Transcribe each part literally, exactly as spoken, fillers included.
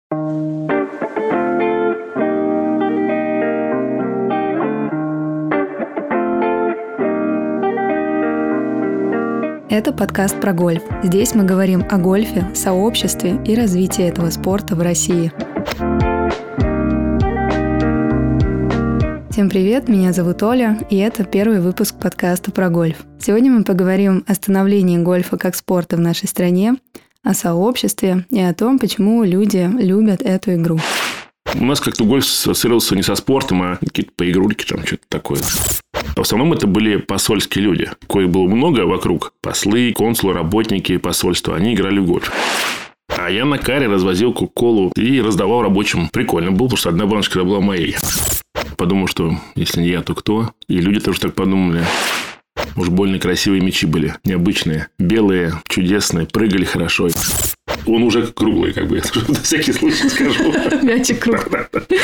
Это подкаст про гольф. Здесь мы говорим о гольфе, сообществе и развитии этого спорта в России. Всем привет, меня зовут Оля, и это первый выпуск подкаста про гольф. Сегодня мы поговорим о становлении гольфа как спорта в нашей стране, о сообществе и о том, почему люди любят эту игру. У нас как-то гольф ассоциировался не со спортом, а какие-то поигрульки, там что-то такое. В основном это были посольские люди, коих было много вокруг. Послы, консулы, работники посольства, они играли в гольф. А я на каре развозил кока-колу и раздавал рабочим. Прикольно было, потому что одна баночка была моей. Подумал, что если не я, то кто? И люди тоже так подумали. Уж больно красивые мячи были, необычные, белые, чудесные, прыгали хорошо. Он уже круглый, как бы, я на всякий случай скажу. Мячик круглый.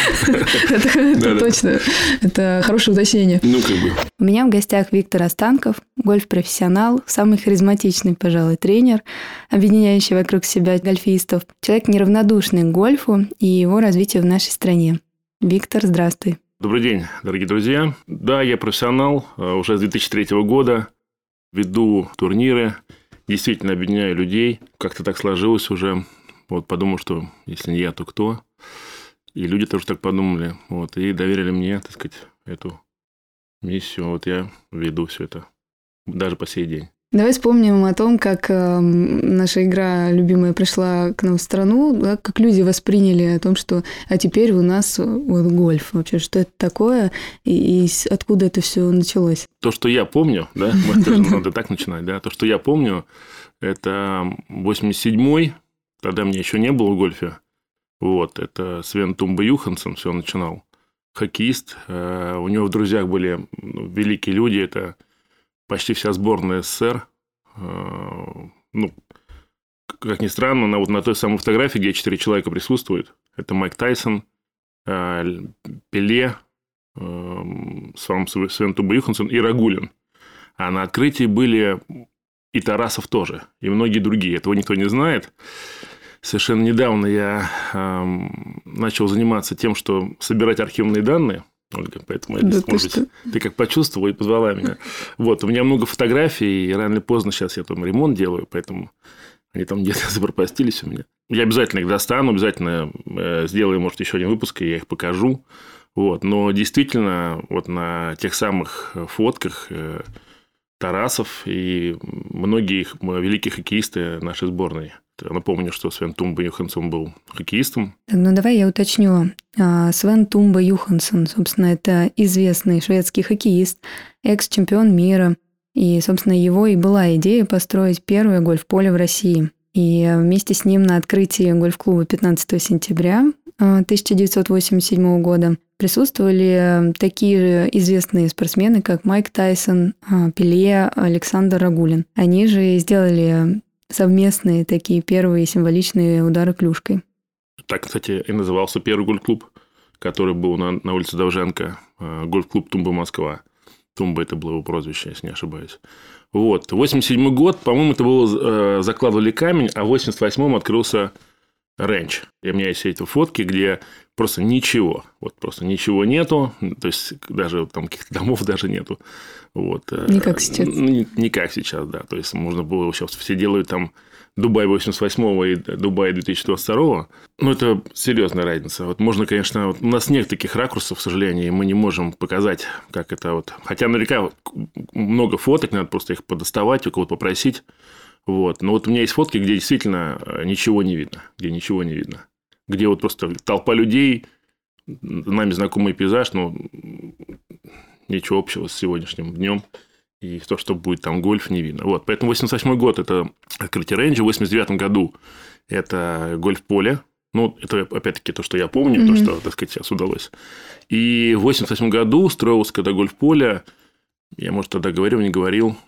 Это точно. Это хорошее уточнение. Ну, как бы. У меня в гостях Виктор Останков, гольф-профессионал, самый харизматичный, пожалуй, тренер, объединяющий вокруг себя гольфистов. Человек неравнодушный к гольфу и его развитию в нашей стране. Виктор, здравствуй. Добрый день, дорогие друзья. Да, я профессионал, уже с две тысячи третьего года веду турниры, действительно объединяю людей. Как-то так сложилось уже. Вот подумал, что если не я, то кто? И люди тоже так подумали. Вот, и доверили мне, так сказать, эту миссию. Вот я веду все это даже по сей день. Давай вспомним о том, как э, наша игра любимая пришла к нам в страну, да, как люди восприняли о том, что а теперь у нас вот гольф. Вообще, что это такое и, и откуда это все началось? То, что я помню, да, надо так начинать, да, то, что я помню, это восемьдесят седьмой, тогда мне еще не было в гольфе. Вот, это Свен Тумба Юхансон все начинал, хоккеист. У него в друзьях были великие люди, это почти вся сборная СССР. Ну, как ни странно, на, вот на той самой фотографии, где четыре человека присутствуют, это Майк Тайсон, Пеле, Свен Тумба Юхансон и Рагулин. А на открытии были и Тарасов тоже, и многие другие. Этого никто не знает. Совершенно недавно я начал заниматься тем, что собирать архивные данные. Ольга, поэтому, да, может ты, быть, ты как почувствовала и позвала меня. Вот, у меня много фотографий, и рано или поздно сейчас я там ремонт делаю, поэтому они там где-то запропастились у меня. Я обязательно их достану, обязательно сделаю, может, еще один выпуск, и я их покажу. Вот, но действительно, вот на тех самых фотках Тарасов и многие их великие хоккеисты нашей сборной. Напомню, что Свен Тумба Юхансон был хоккеистом. Так, ну давай я уточню. Свен Тумба Юхансон, собственно, это известный шведский хоккеист, экс-чемпион мира. И, собственно, его и была идея построить первое гольф-поле в России. И вместе с ним на открытии гольф-клуба пятнадцатого сентября тысяча девятьсот восемьдесят седьмого года присутствовали такие же известные спортсмены, как Майк Тайсон, Пеле, Александр Рагулин. Они же сделали совместные такие первые символичные удары клюшкой. Так, кстати, и назывался первый гольф-клуб, который был на, на улице Довженко, гольф-клуб «Тумба Москва». Тумба – это было его прозвище, если не ошибаюсь. Вот. восемьдесят седьмой год, по-моему, это было, закладывали камень, а в восемьдесят восьмом открылся рейндж. И у меня есть эти фотки, где просто ничего. Вот просто ничего нету. То есть, даже там каких-то домов даже нету. Вот. Не как сейчас. Не, не как сейчас, да. То есть, можно было сейчас все делают там Дубай восемьдесят восьмого и Дубай две тысячи двадцать второго. Ну, это серьезная разница. Вот можно, конечно, вот у нас нет таких ракурсов, к сожалению, и мы не можем показать, как это вот. Хотя наверняка много фоток, надо просто их подоставать, у кого-то попросить. Вот. Но вот у меня есть фотки, где действительно ничего не видно. Где ничего не видно. Где вот просто толпа людей, нами знакомый пейзаж, но ничего общего с сегодняшним днем. И то, что будет там гольф, не видно. Вот. Поэтому восемьдесят восьмой год – это открытие рейнджа. В восемьдесят девятом году это гольф-поле. Ну, это, опять-таки, то, что я помню, mm-hmm. то, что, так сказать, сейчас удалось. И в восемьдесят восьмом году строилось, когда гольф-поле, я, может, тогда говорил, не говорил,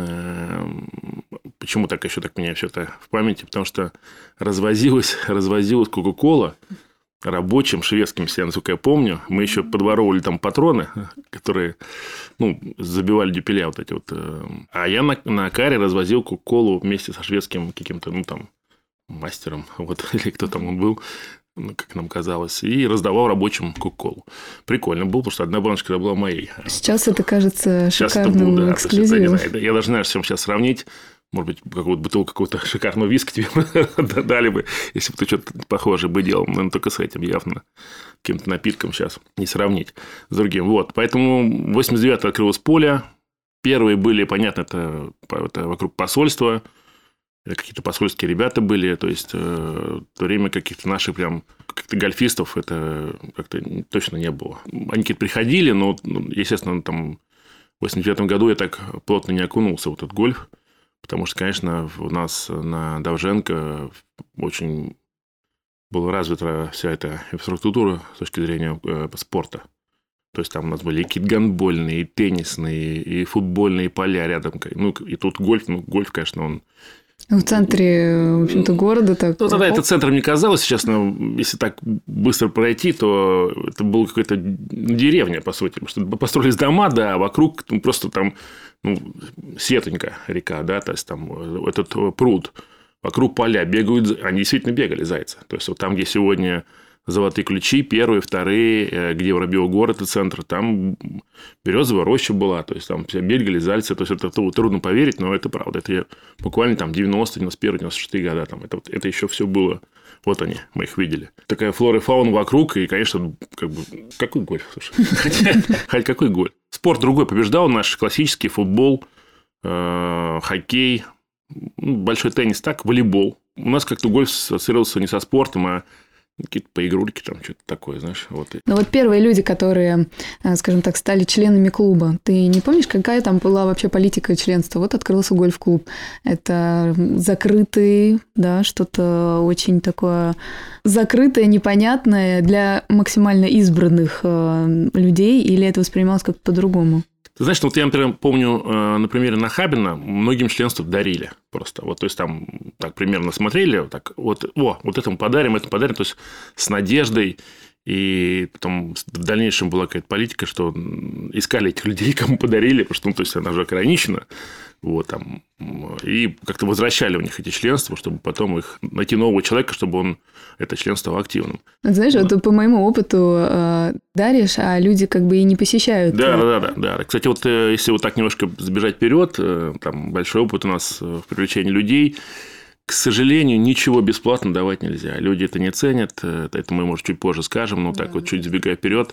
почему так еще так меня все это в памяти, потому что развозилась, развозилась Кока-Кола рабочим шведским, если я, насколько я помню. Мы еще подворовывали там патроны, которые, ну, забивали дюпеля вот эти вот. А я на, на каре развозил Кока-Колу вместе со шведским каким-то, ну, там, мастером, вот, или кто там он был. как нам казалось, и раздавал рабочим кока-колу. Прикольно было, потому что одна баночка была моей. Сейчас это кажется Сейчас шикарным это было, да, эксклюзивом. Это, я даже, знаешь, с чем сейчас сравнить. Может быть, какую-то бутылку какого-то шикарного виски тебе дали бы, если бы ты что-то похожее бы делал. Но только с этим явно каким-то напитком сейчас не сравнить с другим. Вот. Поэтому в восемьдесят девятом открылось поле. Первые были, понятно, это, это вокруг посольства. Какие-то посольские ребята были. То есть, в то время каких-то наших прям как-то гольфистов это как-то точно не было. Они какие-то приходили, но, естественно, там в восемьдесят девятом году я так плотно не окунулся в этот гольф. Потому что, конечно, у нас на Довженко очень была развита вся эта инфраструктура с точки зрения спорта. То есть, там у нас были и кит-гандбольные, и теннисные, и футбольные поля рядом. Ну, и тут гольф. Ну, гольф, конечно, он... В центре, в общем-то, города так. Ну, тогда это центром не казалось. Честно, если так быстро пройти, то это была какая-то деревня, по сути. Потому что построились дома, да, а вокруг ну, просто там ну, Сетонька река, да, то есть, там этот пруд. Вокруг поля бегают, они действительно бегали, зайцы. То есть, вот там, где сегодня Золотые ключи, первые, вторые, где Воробьёв город, это центр, там березовая роща была, то есть, там все бегали, зайцы, то есть, это трудно поверить, но это правда. Это буквально там девяностые, девяносто первые, девяносто шестые года, там, это, это еще все было. Вот они, мы их видели. Такая флора и фауна вокруг, и, конечно, как бы... Какой гольф, слушай? Хоть какой гольф? Спорт другой побеждал, наш классический футбол, хоккей, большой теннис, так, волейбол. У нас как-то гольф ассоциировался не со спортом, а какие-то поигрульки, там что-то такое, знаешь. Вот. Ну, вот первые люди, которые, скажем так, стали членами клуба, ты не помнишь, какая там была вообще политика членства? Вот открылся гольф-клуб. Это закрытый, да, что-то очень такое закрытое, непонятное для максимально избранных людей, или это воспринималось как-то по-другому? Ты знаешь, вот я, например, помню, на примере Нахабина многим членство дарили просто. Вот, то есть, там так примерно смотрели, вот так, вот, о, вот этому подарим, этому подарим, то есть, с надеждой. И потом в дальнейшем была какая-то политика, что искали этих людей, кому подарили, потому что, ну, то есть, она уже ограничена. Вот, там, и как-то возвращали у них эти членства, чтобы потом их найти нового человека, чтобы он это членство стал активным. Знаешь, вот, вот по моему опыту э, даришь, а люди как бы и не посещают. Да, да, да, да. Кстати, вот если вот так немножко забежать вперед, там большой опыт у нас в привлечении людей. К сожалению, ничего бесплатно давать нельзя. Люди это не ценят. Это мы, может, чуть позже скажем, но да. Так вот чуть забегая вперед.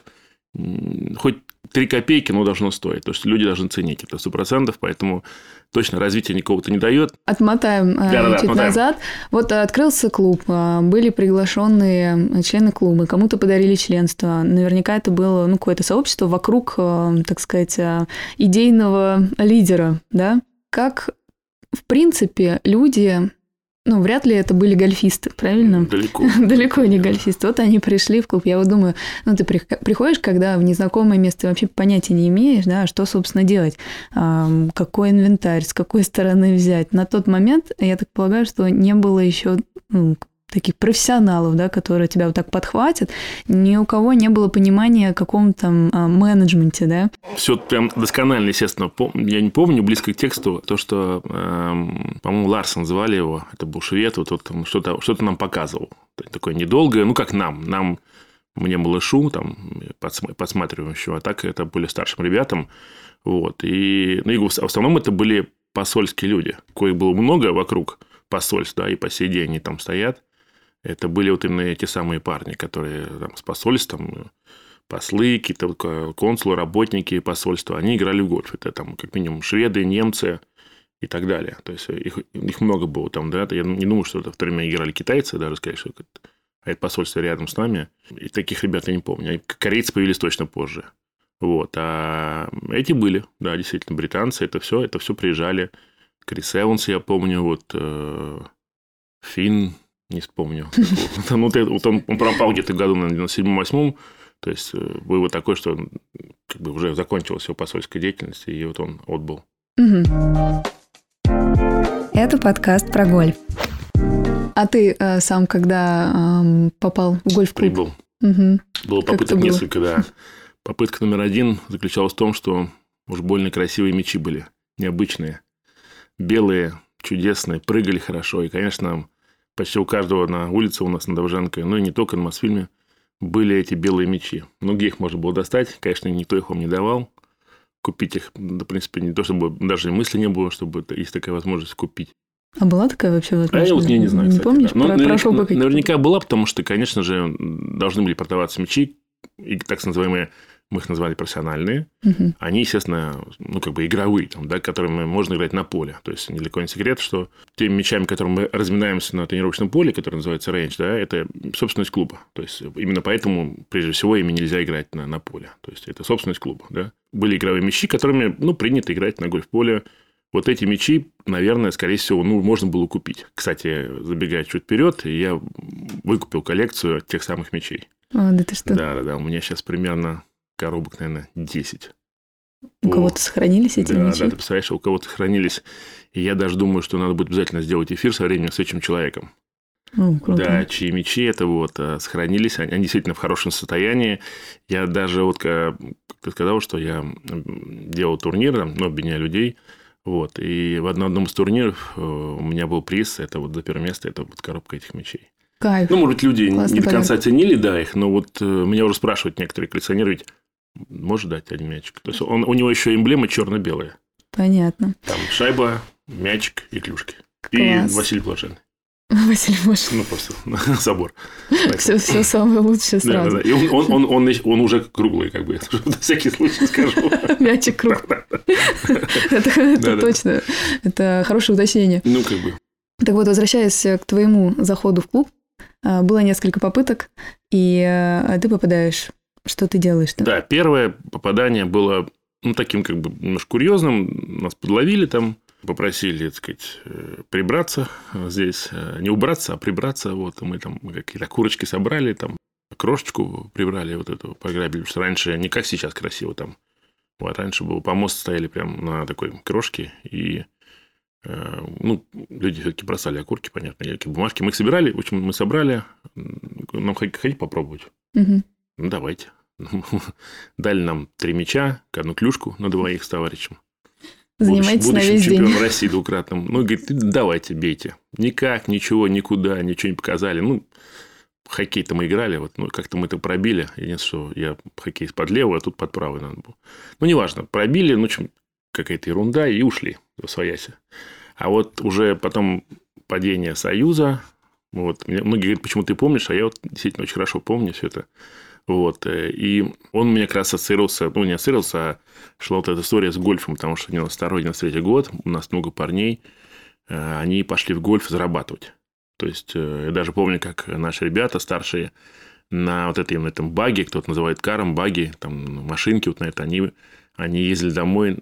Хоть три копейки, но должно стоить. То есть, люди должны ценить это сто процентов, поэтому точно развития никого-то не дает. Отмотаем да, чуть да, отмотаем. назад. Вот открылся клуб, были приглашенные члены клуба, кому-то подарили членство. Наверняка это было ну, какое-то сообщество вокруг, так сказать, идейного лидера. Да? Как, в принципе, люди... Ну, вряд ли это были гольфисты, правильно? Далеко. Далеко не гольфисты. Вот они пришли в клуб. Я вот думаю, ну, ты приходишь, когда в незнакомое место вообще понятия не имеешь, да, что, собственно, делать, какой инвентарь, с какой стороны взять. На тот момент, я так полагаю, что не было еще ну, таких профессионалов, да, которые тебя вот так подхватят. Ни у кого не было понимания о каком-то менеджменте, да? Все прям досконально, естественно. Я не помню, близко к тексту, то, что, эм, по-моему, Ларсен звали его, это был швед, вот он что-то, что-то нам показывал. Такое недолгое, ну, как нам. Нам, мне малышу, там, подсматриваем еще, а так это более старшим ребятам. Вот. И, ну, и в основном это были посольские люди, коих было много вокруг посольств, да, и по сей день они там стоят. Это были вот именно те самые парни, которые там, с посольством, послы, какие-то консулы, работники посольства, они играли в гольф. Это там как минимум шведы, немцы и так далее. То есть, их, их много было там, да. Я не думаю, что это в то время играли китайцы, даже сказать, что а это посольство рядом с нами. И таких ребят я не помню. Корейцы появились точно позже. Вот. А эти были, да, действительно, британцы. Это все, это все приезжали. Крис Эванс, я помню, вот э, Финн, не вспомню. Ну, вот он пропал где-то в году, наверное, в седьмом-восьмом. То есть, было такое, что как бы уже закончилась его посольская деятельность, и вот он отбыл. Это подкаст про гольф. А ты э, сам когда э, попал в гольф-клуб? Прибыл. Угу. Было попыток несколько, да. Попытка номер один заключалась в том, что уж больно красивые мячи были, необычные. Белые, чудесные, прыгали хорошо. И, конечно, почти у каждого на улице у нас на Довженко, ну и не только на Мосфильме, были эти белые мячи. Ну, где их можно было достать? Конечно, никто их вам не давал. Купить их, да, в принципе, не то, чтобы даже мысли не было, чтобы есть такая возможность купить. А была такая вообще возможность? А я вот не, не знаю, Не кстати, помнишь? Да. Про, Ну, прошел наверняка, бы наверняка была, потому что, конечно же, должны были продаваться мячи, и так называемые, мы их назвали профессиональные. Угу. Они, естественно, ну, как бы игровые, там, да, которыми можно играть на поле. То есть, недалеко не секрет, что теми мячами, которыми мы разминаемся на тренировочном поле, который называется рейндж, да, это собственность клуба. То есть, именно поэтому, прежде всего, ими нельзя играть на, на поле. То есть, это собственность клуба. Да. Были игровые мячи, которыми, ну, принято играть на гольф-поле. Вот эти мячи, наверное, скорее всего, ну, можно было купить. Кстати, забегая чуть вперед, я выкупил коллекцию тех самых мячей. А, да ты что? Да, да, да. У меня сейчас примерно коробок, наверное, десять. У кого-то сохранились эти да, мячи? Да, ты представляешь, у кого-то сохранились. И я даже думаю, что надо будет обязательно сделать эфир со временем с этим человеком. О, круто. Да, чьи мячи это вот сохранились, они действительно в хорошем состоянии. Я даже вот, как ты сказал, что я делал турнир, ну, объединяя людей. Вот, и в одном из турниров у меня был приз, это вот за первое место, это вот коробка этих мячей. Кайф. Ну, может быть, люди Классный не до конца подарок. ценили, да, их, но вот меня уже спрашивают некоторые коллекционеры, ведь можешь дать один мячик? То есть, он, у него еще эмблема черно-белая. Понятно. Там шайба, мячик и клюшки. Класс. И Василий Блаженный. Василий Блаженный. Ну, просто собор. Все, все самое лучшее Да, сразу. да, да. И он, он, он, он, он уже круглый, как бы, на всякий случай скажу. Мячик круг. Это точно. Это хорошее уточнение. Ну, как бы. Так вот, возвращаясь к твоему заходу в клуб, было несколько попыток, и ты попадаешь. Что ты делаешь-то? Да, первое попадание было, ну, таким как бы немножко курьезным. Нас подловили там, попросили, так сказать, прибраться здесь. Не убраться, а прибраться. Вот мы там какие-то курочки собрали, там крошечку прибрали, вот эту пограбили. Потому что раньше не как сейчас красиво там. Вот, раньше был помост, стояли прям на такой крошке, и ну, люди все-таки бросали окурки, понятно, какие бумажки. Мы их собирали, в общем, мы собрали. Нам хотите попробовать? Угу. Ну, давайте. Дали нам три мяча, одну клюшку на двоих с товарищем. Занимайтесь на весь день. Чемпион России двукратным. Ну, говорит, давайте, бейте. Никак, ничего, никуда, ничего не показали. Ну, в хоккей-то мы играли, вот, ну, как-то мы это пробили. Единственное, что я хоккей под левую, а тут под правую надо было. Ну, неважно, пробили, ну, чем какая-то ерунда, и ушли в свояси. А вот уже потом падение Союза, вот, многие говорят, почему ты помнишь, а я вот действительно очень хорошо помню все это. Вот, и он у меня как раз ассоциировался, ну, не ассоциировался, а шла вот эта история с гольфом, потому что девяносто второй - девяносто третий год, у нас много парней, они пошли в гольф зарабатывать. То есть, я даже помню, как наши ребята старшие на вот этом, этом баге, кто-то называет каром, баги, там, машинки вот на это, они, они ездили домой,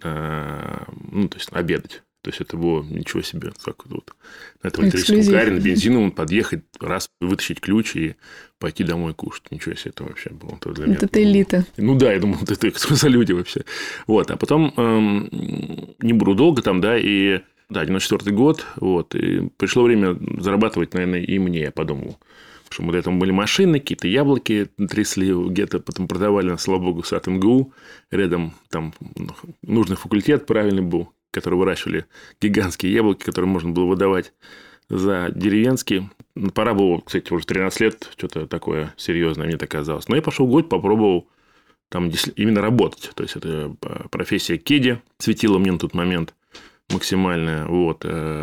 ну, то есть, обедать. То есть, это было ничего себе, как вот на этом электрическом каре, на бензиновом подъехать, раз вытащить ключ и пойти домой кушать. Ничего себе это вообще было. Это, для меня, это элита. Ну, да, я думал, это, это что за люди вообще. Вот, а потом, эм, не буду долго там, да, и, да, девяносто четвёртый год, вот, и пришло время зарабатывать, наверное, и мне, я подумал. Потому что мы до этого были машины, какие-то яблоки трясли, где-то потом продавали, слава богу, сад эм гэ у, рядом там нужный факультет правильный был, которые выращивали гигантские яблоки, которые можно было выдавать за деревенские. Пора было, кстати, уже тринадцать лет, что-то такое серьезное, мне так казалось. Но я пошел в год, попробовал там именно работать. То есть, это профессия кеди светила мне на тот момент максимальная. Вот.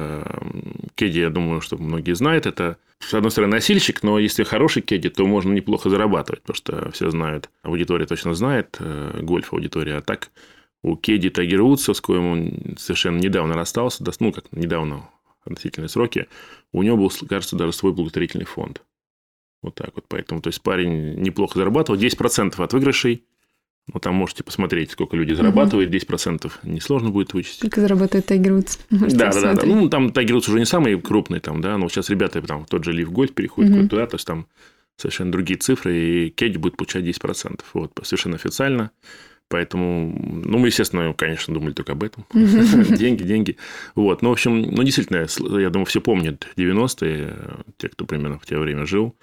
Кеди, я думаю, что многие знают. Это, с одной стороны, носильщик, но если хороший кеди, то можно неплохо зарабатывать, потому что все знают, аудитория точно знает, гольф-аудитория, а так... У Кеди Тайгера Вудса, с коим он совершенно недавно расстался, ну, как недавно, относительные сроки, у него был, кажется, даже свой благотворительный фонд. Вот так вот. Поэтому, то есть, парень неплохо зарабатывал. десять процентов от выигрышей. Ну, там можете посмотреть, сколько люди зарабатывают. десять процентов несложно будет вычесть. Сколько зарабатывает Тайгер Вудс? Да, да, да. Ну, там Тайгер Вудс уже не самый крупный, там, да, но сейчас ребята, там, тот же Лив Гольф переходит mm-hmm. туда, то есть, там совершенно другие цифры, и Кеди будет получать десять процентов. Вот, совершенно официально. Поэтому, ну, мы, естественно, конечно, думали только об этом. Деньги, деньги. Вот. Ну, в общем, ну, действительно, я думаю, все помнят девяностые, те, кто примерно в те время жил,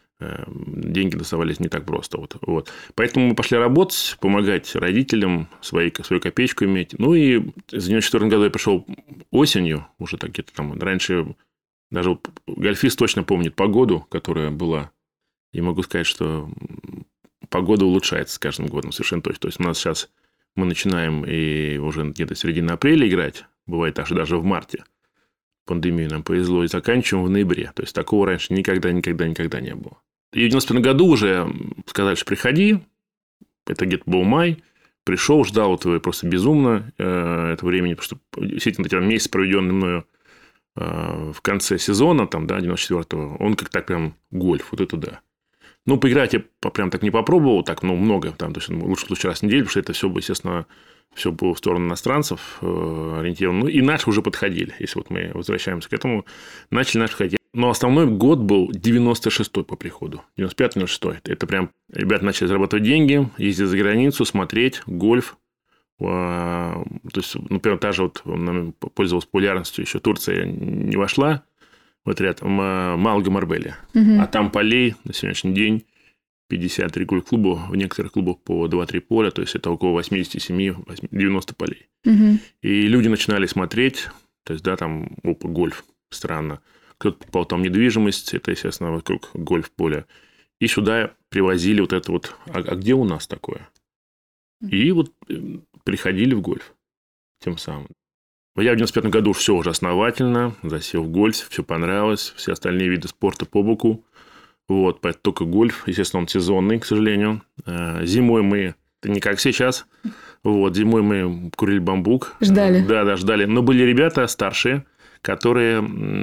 деньги доставались не так просто. Вот. Вот. Поэтому мы пошли работать, помогать родителям, свои, свою копеечку иметь. Ну, и в девяносто четвёртом году я пришел осенью, уже так где-то там, раньше Даже вот гольфист точно помнит погоду, которая была. И могу сказать, что погода улучшается с каждым годом совершенно точно. То есть, у нас сейчас мы начинаем и уже где-то в середине апреля играть. Бывает так, что даже в марте. Пандемию нам повезло. И заканчиваем в ноябре. То есть, такого раньше никогда, никогда, никогда не было. И в девяносто пятом году уже сказали, что приходи. Это где-то был май. Пришел, ждал этого просто безумно э, этого времени. Потому что действительно, эти месяц, проведенный мною э, в конце сезона, там, да, девяносто четвёртого, он как так прям гольф. Вот это да. Ну, поиграть я прям так не попробовал, так, ну, много, там, то есть, лучше, лучше раз в неделю, потому что это все, естественно, все было в сторону иностранцев э, ориентировано. Ну, и наши уже подходили, если вот мы возвращаемся к этому, начали наши подходить. Но основной год был девяносто шестой по приходу, девяносто пятый - девяносто шестой. Это прям, ребята начали зарабатывать деньги, ездить за границу, смотреть гольф. То есть, например, та же вот пользовалась популярностью, еще Турция не вошла в этот ряд, Малага Марбелья. Угу. А там полей на сегодняшний день пятьдесят три гольф-клуба, в некоторых клубах по два-три поля, то есть, это около восемьдесят семь - девяносто полей. Угу. И люди начинали смотреть, то есть, да, там, опа, гольф, странно. Кто-то покупал там недвижимость, это, естественно, вокруг гольф-поля. И сюда привозили вот это вот, а, а где у нас такое? И вот приходили в гольф тем самым. Я в девяносто пятом году все уже основательно, засел в гольф, все понравилось, все остальные виды спорта по боку. Вот, поэтому только гольф, естественно, он сезонный, к сожалению. Зимой мы, это не как сейчас, вот, зимой мы курили бамбук. Ждали. Да, да, ждали. Но были ребята старшие, которые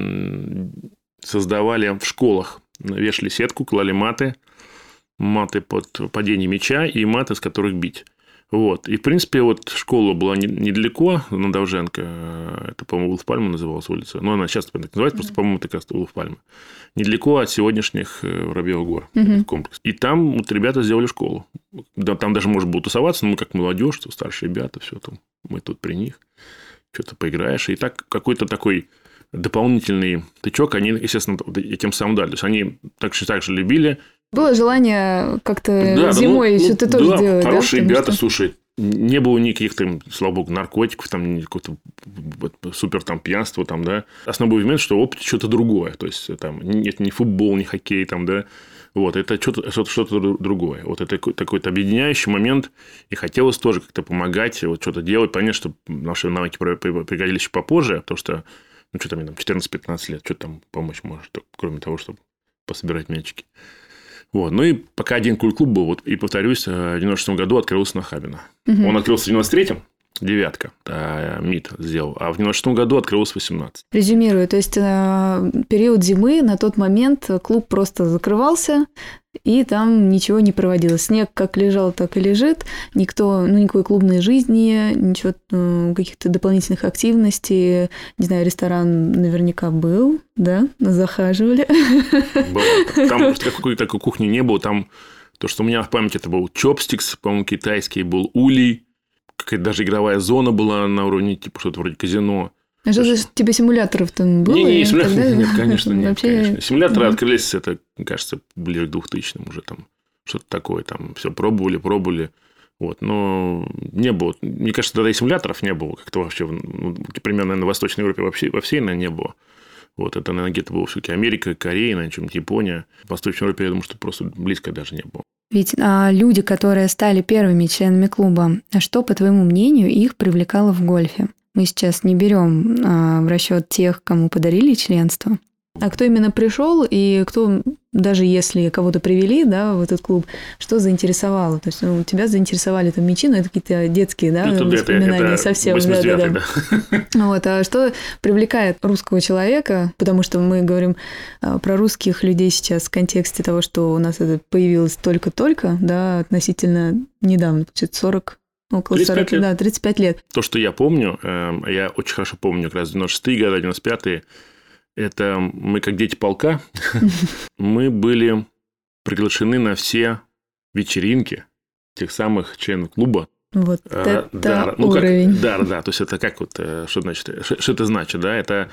создавали в школах, вешали сетку, клали маты, маты под падение мяча и маты, с которых бить. Вот. И, в принципе, вот школа была недалеко, на Довженко, это, по-моему, Улов-Пальма называлась улица, но она сейчас так называется, просто, по-моему, это как раз Улов-Пальма. Недалеко от сегодняшних Воробьевых гор, uh-huh. комплекс. И там вот ребята сделали школу. Там даже можно было тусоваться, но мы как молодежь, старшие ребята, все там, мы тут при них, что-то поиграешь. И так какой-то такой дополнительный тычок они, естественно, этим самым дали. То есть, они так же, так же любили. Было желание как-то да, зимой ну, что-то ну, тоже да, делать. Хорошие да, ребята, что... слушай, не было никаких там, слава богу, наркотиков, там, какого-то супер там пьянства, там, да. Основной момент, что опыт что-то другое. То есть, там, нет ни футбол, ни хоккей, там, да. Вот, это что-то, что-то другое. Вот это такой-то объединяющий момент. И хотелось тоже как-то помогать, вот что-то делать. Понятно, что наши навыки пригодились еще попозже, потому что, ну, что там, мне там четырнадцать-пятнадцать лет, что там помочь может, кроме того, чтобы пособирать мячики. Вот. Ну, и пока один культ-клуб был, вот, и, повторюсь, в девяносто шестом году открылся Нахабино. Угу. Он открылся в девяносто третьем, девятка, а МИД сделал, а в девяносто шестом году открылся восемнадцать. Резюмирую, то есть, период зимы на тот момент клуб просто закрывался, и там ничего не проводилось. Снег как лежал, так и лежит. Никто, ну, никакой клубной жизни, ничего, каких-то дополнительных активностей. Не знаю, ресторан наверняка был, да? Захаживали. Было. Там какой-то такой кухни не было. Там то, что у меня в памяти, это был чопстикс, по-моему, китайский, был улей. Какая-то даже игровая зона была на уровне, типа, что-то вроде казино. А что за тебе симуляторов там было? Не, не, симуляторов нет, конечно, нет. Вообще... конечно. Симуляторы mm-hmm. открылись, это, кажется, ближе к двухтысячным уже там. Что-то такое там. Все пробовали, пробовали. Вот. Но не было. Мне кажется, тогда и симуляторов не было. Как-то вообще, ну, примерно, наверное, в Восточной Европе вообще, во всей, наверное, не было. Вот. Это, наверное, где-то было все-таки Америка, Корея, наверное, чем-то Япония. В Восточной Европе, я думаю, что просто близко даже не было. Ведь а, люди, которые стали первыми членами клуба, что, по твоему мнению, их привлекало в гольфе? Мы сейчас не берем а, в расчет тех, кому подарили членство. А кто именно пришел и кто, даже если кого-то привели, да, в этот клуб, что заинтересовало? То есть, ну, тебя заинтересовали там мячи, но это какие-то детские, да, это, воспоминания это, это совсем. Да, да, да. Вот, а что привлекает русского человека? Потому что мы говорим а, про русских людей сейчас в контексте того, что у нас это появилось только-только, да, относительно недавно, сорок Около сорок, лет. Да, тридцать пять лет. То, что я помню, я очень хорошо помню как раз девяносто шестые годы, девяносто пятые, это мы, как дети полка, мы были приглашены на все вечеринки тех самых членов клуба. Вот это да, ну, уровень. Как, да, да, то есть, это как вот, что значит, что, что это значит, да, это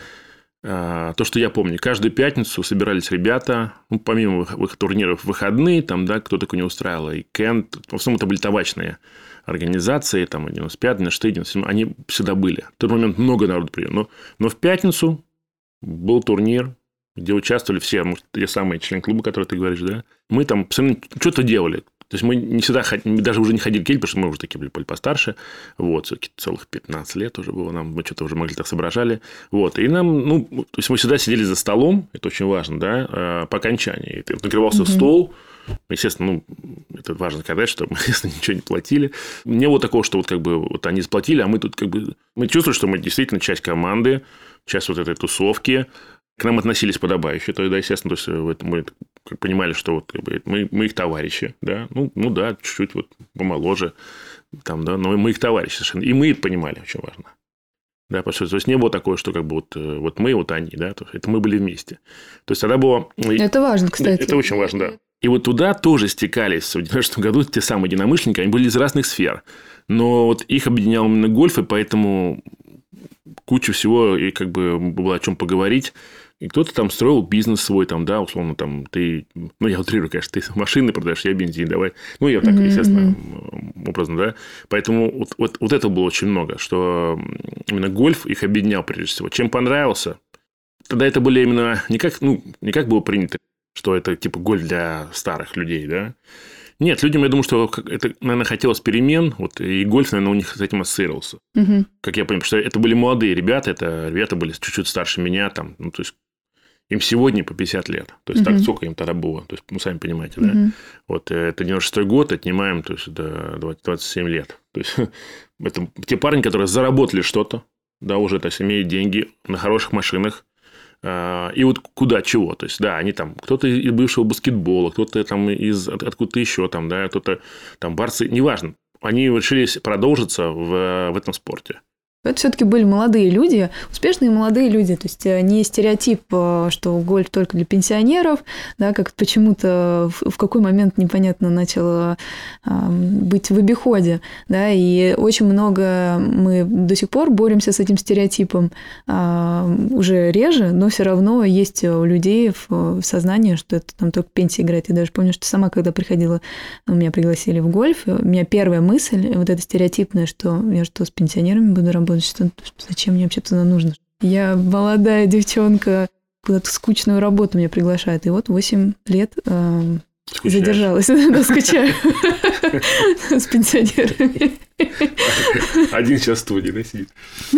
то, что я помню. Каждую пятницу собирались ребята, ну, помимо их турниров, выходные, там, да, кто такой не устраивал, и Кент, в основном это были табачные организации, там, девяносто пятый, девяносто шестой, девяносто седьмой, они всегда были. В тот момент много народу приехало. Но, но в пятницу был турнир где участвовали все, может, те самые члены клуба, которые ты говоришь, да, мы там что-то делали. То есть, мы не всегда, мы даже уже не ходили к Эль, потому что мы уже такие были постарше. Вот, все-таки целых пятнадцать лет уже было нам, мы что-то уже могли так соображали. Вот, и нам, ну, то есть, мы всегда сидели за столом, это очень важно, да, по окончании. И накрывался mm-hmm. стол. Естественно, ну, это важно сказать, что мы, естественно, ничего не платили. Не было такого, что вот как бы вот они заплатили, а мы тут как бы... Мы чувствуем, что мы действительно часть команды, часть вот этой тусовки. К нам относились подобающе. То есть, да, естественно, то есть, мы понимали, что вот, как бы, мы, мы их товарищи. Да? Ну, ну, да, чуть-чуть вот помоложе. Там, да, но мы их товарищи совершенно. И мы это понимали, очень важно. Да, потому что, то есть, не было такого, что как бы вот, вот мы, вот они. Да? То есть, это мы были вместе. То есть, тогда было... Это важно, кстати. Это очень важно, да. И вот туда тоже стекались в девяносто году те самые единомышленники. Они были из разных сфер. Но вот их объединял именно гольф, и поэтому куча всего, и как бы было о чем поговорить. И кто-то там строил бизнес свой, там, да, условно, там, ты... Ну, я утрирую, конечно, ты машины продаешь, я бензин, давай. Ну, я так, mm-hmm. естественно, образно, да. Поэтому вот, вот, вот этого было очень много, что именно гольф их объединял, прежде всего. Чем понравился? Тогда это были именно... Не как, ну, не как было принято, что это, типа, гольф для старых людей, да. Нет, людям, я думаю, что это, наверное, хотелось перемен, вот, и гольф, наверное, у них с этим ассоциировался. Угу. Как я понимаю, что это были молодые ребята, это ребята были чуть-чуть старше меня, там, ну, то есть, им сегодня по пятьдесят лет. То есть, угу. так сколько им тогда было? То есть, ну, сами понимаете, да? Угу. Вот, это девяносто шестой год, отнимаем, то есть, до двадцать семь лет. То есть, это те парни, которые заработали что-то, да, уже, то есть, имеют деньги на хороших машинах. И вот куда, чего. То есть, да, они там, кто-то из бывшего баскетбола, кто-то там из откуда-то еще, там, да, кто-то там барсы, неважно. Они решили продолжиться в, в этом спорте. Это все-таки были молодые люди, успешные молодые люди. То есть, не стереотип, что гольф только для пенсионеров, да, как почему-то в какой момент непонятно начало быть в обиходе. Да, и очень много мы до сих пор боремся с этим стереотипом. Уже реже, но все равно есть у людей в сознании, что это там только пенсия играет. Я даже помню, что сама, когда приходила, меня пригласили в гольф, у меня первая мысль, вот эта стереотипная, что я что, с пенсионерами буду работать? Что, зачем мне вообще туда нужно? Я молодая девчонка, куда-то скучную работу меня приглашают. И вот восемь лет э, задержалась. Да, скучаю с пенсионерами. Один час в студии, да, сидит.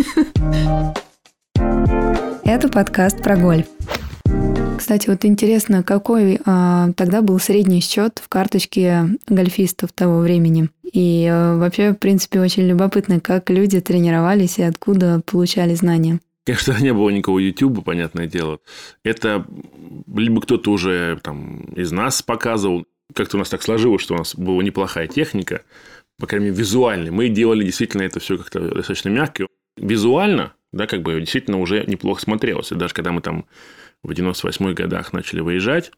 Это подкаст про гольф. Кстати, вот интересно, какой а, тогда был средний счет в карточке гольфистов того времени? И а, вообще, в принципе, очень любопытно, как люди тренировались и откуда получали знания. Конечно, не было никакого Ютуба, понятное дело. Это либо кто-то уже там из нас показывал. Как-то у нас так сложилось, что у нас была неплохая техника, по крайней мере, визуально. Мы делали действительно это все как-то достаточно мягко. Визуально, да, как бы действительно уже неплохо смотрелось. И даже когда мы там в девяносто восьмых годах начали выезжать.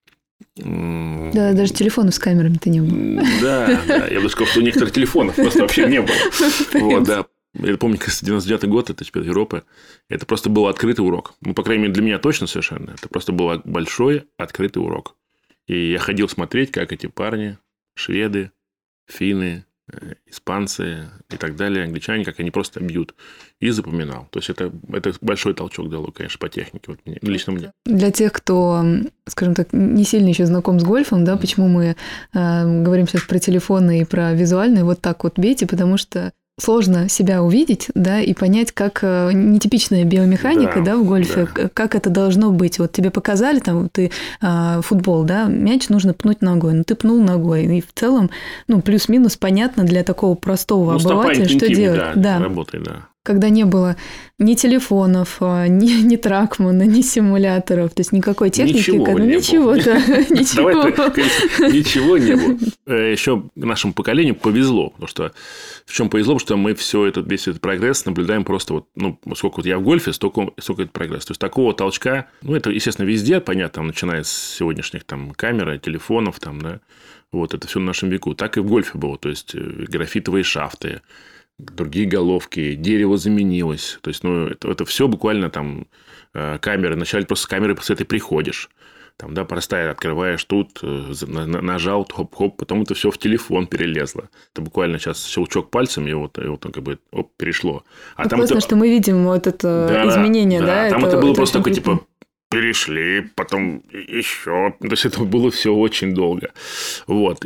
Да, даже телефонов с камерами-то не было. Да, да, я бы сказал, что у некоторых телефонов просто вообще не было. Вот, да. Я помню, как девяносто девятый год, это чемпионат Европы, это просто был открытый урок. Ну, по крайней мере, для меня точно совершенно. Это просто был большой открытый урок. И я ходил смотреть, как эти парни, шведы, финны, испанцы и так далее, англичане, как они просто бьют. И запоминал. То есть, это, это большой толчок дало, конечно, по технике. Вот мне, лично мне. Для тех, кто, скажем так, не сильно еще знаком с гольфом, да, почему мы э, говорим сейчас про телефоны и про визуальные, вот так вот бейте, потому что сложно себя увидеть, да, и понять, как нетипичная биомеханика, да, да в гольфе, да. Как это должно быть. Вот тебе показали, там, ты э, футбол, да, мяч нужно пнуть ногой, ну, ты пнул ногой, и в целом, ну, плюс-минус понятно для такого простого ну, обывателя, что делать. Да, да. Работает, да. Когда не было ни телефонов, ни, ни тракмана, ни симуляторов, то есть никакой техники. Ничего когда... не ничего, было. Да, ничего. Ничего не было. Еще нашему поколению повезло, потому что в чем повезло, потому что мы все этот, весь этот прогресс наблюдаем просто вот, ну, сколько вот я в гольфе, столько, столько это прогресс. То есть, такого толчка, ну, это, естественно, везде, понятно, там, начиная с сегодняшних там камер, телефонов, там, да, вот, это все на нашем веку. Так и в гольфе было, то есть, графитовые шафты, другие головки, дерево заменилось. То есть, ну, это, это все буквально там камеры. Вначале просто с камеры после этой приходишь. Там, да, простая, открываешь тут, нажал, хоп-хоп, потом это все в телефон перелезло. Это буквально сейчас щелчок пальцем, и вот, и вот как бы оп, перешло. А ну, там классно, это... что мы видим вот это да, изменение, да? да? Там это, это было это просто такое, типа, перешли, потом еще. То есть, это было все очень долго. Вот.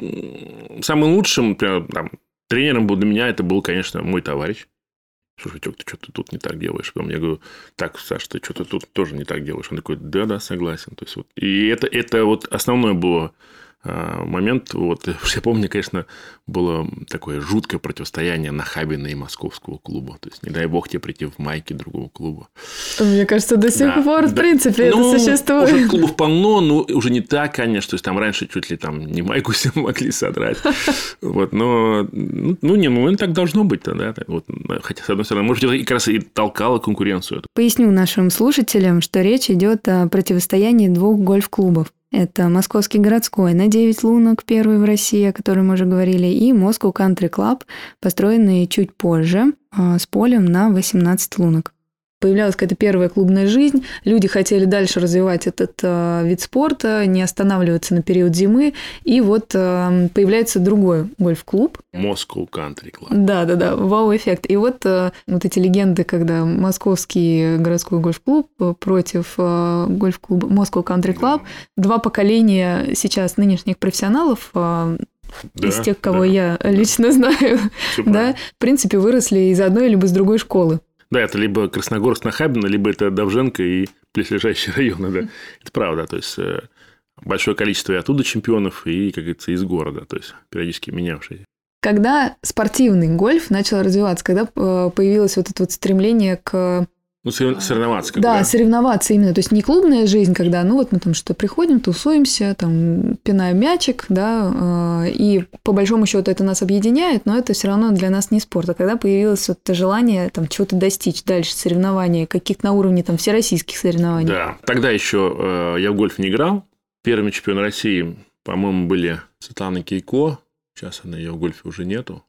И самым лучшим, например, там, тренером был для меня, это был, конечно, мой товарищ. Слушай, Тёк, ты что-то тут не так делаешь. Я говорю, так, Саш, ты что-то тут тоже не так делаешь. Он такой, да-да, согласен. То есть, вот. И это, это вот основное было момент. Вот, я помню, конечно, было такое жуткое противостояние Нахабина и московского клуба. То есть, не дай бог тебе прийти в майке другого клуба. Мне кажется, до сих да, пор, да. в принципе, ну, это существует. Уже клубов полно, но уже не так, конечно. То есть, там раньше чуть ли там не майку все могли содрать. Вот, но, ну, не, ну, так должно быть-то, да. Вот, хотя, с одной стороны, может быть, это как раз и толкало конкуренцию. Поясню нашим слушателям, что речь идет о противостоянии двух гольф-клубов. Это Московский городской на девять лунок, первый в России, о котором мы уже говорили, и Moscow Country Club, построенный чуть позже, с полем на восемнадцать лунок. Появлялась какая-то первая клубная жизнь, люди хотели дальше развивать этот э, вид спорта, не останавливаться на период зимы, и вот э, появляется другой гольф-клуб. Moscow Country Club. Да-да-да, вау-эффект. И вот, э, вот эти легенды, когда Московский городской гольф-клуб против э, гольф-клуба Moscow Country Club, два поколения сейчас нынешних профессионалов, э, да, из тех, кого да. я лично знаю, да, в принципе, выросли из одной либо из другой школы. Да, это либо Красногорск Нахабино, либо это Довженко и близлежащие районы, да. Это правда, то есть, большое количество и оттуда чемпионов, и, как говорится, из города, то есть, периодически менявшиеся. Когда спортивный гольф начал развиваться, когда появилось вот это вот стремление к... Ну, соревноваться. Как да, бы. соревноваться именно. То есть, не клубная жизнь, когда, ну, вот мы там что-то приходим, тусуемся, там, пинаем мячик, да, и по большому счету это нас объединяет, но это все равно для нас не спорт. А когда появилось вот это желание там чего-то достичь дальше, соревнований, каких-то на уровне там всероссийских соревнований. Да, тогда еще я в гольф не играл. Первыми чемпионами России, по-моему, были Светлана Кейко. Сейчас она ее в гольфе уже нету.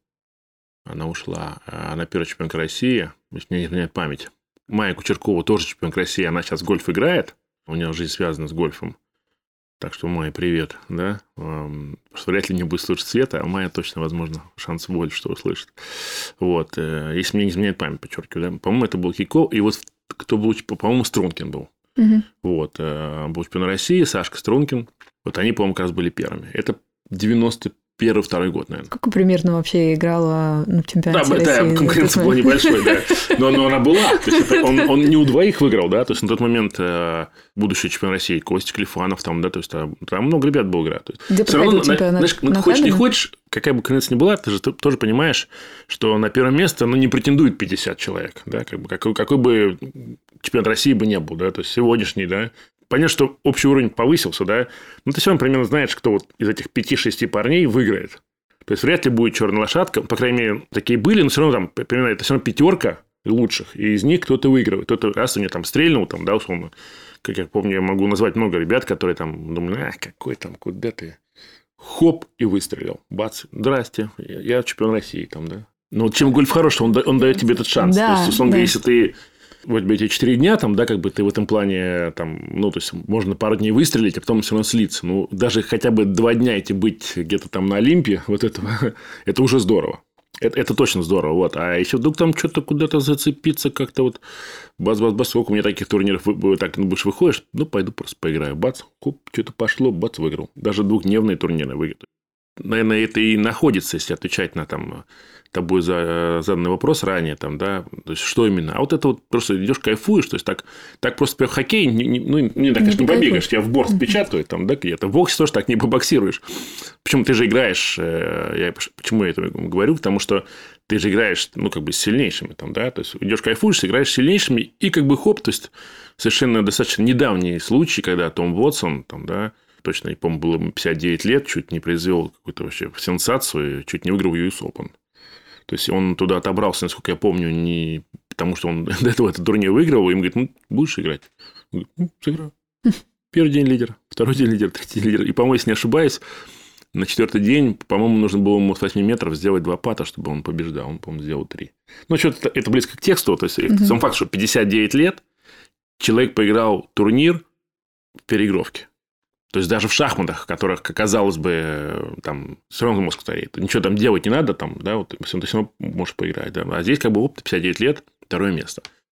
Она ушла. Она первая чемпионка России, если мне не изменяет память. Майя Кучеркова тоже чемпионка России, она сейчас в гольф играет, у нее жизнь связана с гольфом. Так что, Майя, привет, да? Потому что вряд ли не будет слышать Света, а Майя точно, возможно, шанс больше, что услышит. Вот. Если мне не изменяет память, подчеркиваю, да? По-моему, это был Кейко, и вот кто был, по-моему, Стрункин был. Угу. Вот. Был чемпион России, Сашка Стрункин. Вот они, по-моему, как раз были первыми. Это девяносто первый, второй год, наверное. Сколько примерно вообще играла ну, в чемпионате да, России? Да, конкуренция была небольшой, да. Но, но она была. То есть, он, он не у двоих выиграл, да. То есть, на тот момент будущий чемпион России Костя Клифанов, там, да, то есть, там много ребят было играть. Где проходил чемпионат? Знаешь, ну, хочешь, не хочешь, какая бы конкуренция ни была, ты же тоже понимаешь, что на первое место ну, не претендует пятьдесят человек, да, как бы, какой, какой бы чемпионат России бы не был, да, то есть, сегодняшний, да. Понятно, что общий уровень повысился, да, но ты все равно примерно знаешь, кто вот из этих пяти-шести парней выиграет. То есть, вряд ли будет черная лошадка. По крайней мере, такие были, но все равно там, примерно, это все равно пятерка лучших. И из них кто-то выигрывает. Кто-то раз у меня там стрельнул, там, да, условно. Как я помню, я могу назвать много ребят, которые там думали, а, какой там, куда ты? Хоп, и выстрелил. Бац, здрасте, я чемпион России, там, да. Но чем гольф хорош, он, он дает тебе этот шанс. Да, то есть, условно да. говоря, если ты... Вот эти четыре дня, там, да, как бы ты в этом плане, там, ну, то есть, можно пару дней выстрелить, а потом все равно слиться. Ну, даже хотя бы два дня идти быть где-то там на Олимпе, вот этого, это уже здорово. Это, это точно здорово, вот. А еще вдруг там что-то куда-то зацепиться, как-то вот бац-бац-бац, сколько у меня таких турниров, так, ну, будешь выходишь, ну, пойду просто поиграю. Бац, хоп, что-то пошло, бац, выиграл. Даже двухдневные турниры выиграл. Наверное, это и находится, если отвечать на там... тобой заданный вопрос ранее, там, да, то есть, что именно. А вот это вот просто идешь, кайфуешь, то есть, так, так просто прям хоккей, не, не, ну, не так, конечно, не побегаешь, тебя в борт впечатывают, там, да, где-то. В боксе тоже так не побоксируешь. Почему ты же играешь, я, почему я это говорю, потому что ты же играешь, ну, как бы с сильнейшими, там, да, то есть, идешь, кайфуешь, играешь с сильнейшими, и как бы хоп, то есть, совершенно достаточно недавний случай, когда Том Уотсон, там, да, точно, я помню, было пятьдесят девять лет, чуть не произвел какую-то вообще сенсацию, чуть не выиграл ю эс Open. То есть, он туда отобрался, насколько я помню, не потому, что он до этого этот турнир выиграл, и им говорит, ну, будешь играть? Он говорит, ну, сыграю. Первый день лидер, второй день лидер, третий день лидер. И, по-моему, если не ошибаюсь, на четвертый день, по-моему, нужно было ему с восьми метров сделать два пата, чтобы он побеждал. Он, по-моему, сделал три. Ну, что-то это близко к тексту. То есть, mm-hmm. сам факт, что пятьдесят девять лет человек поиграл турнир в переигровке. То есть, даже в шахматах, которых, казалось бы, там все равно мозг стареет. Ничего там делать не надо, там, да, вот, ты все равно можешь поиграть. Да. А здесь как бы опыт, пятьдесят девять лет, второе место.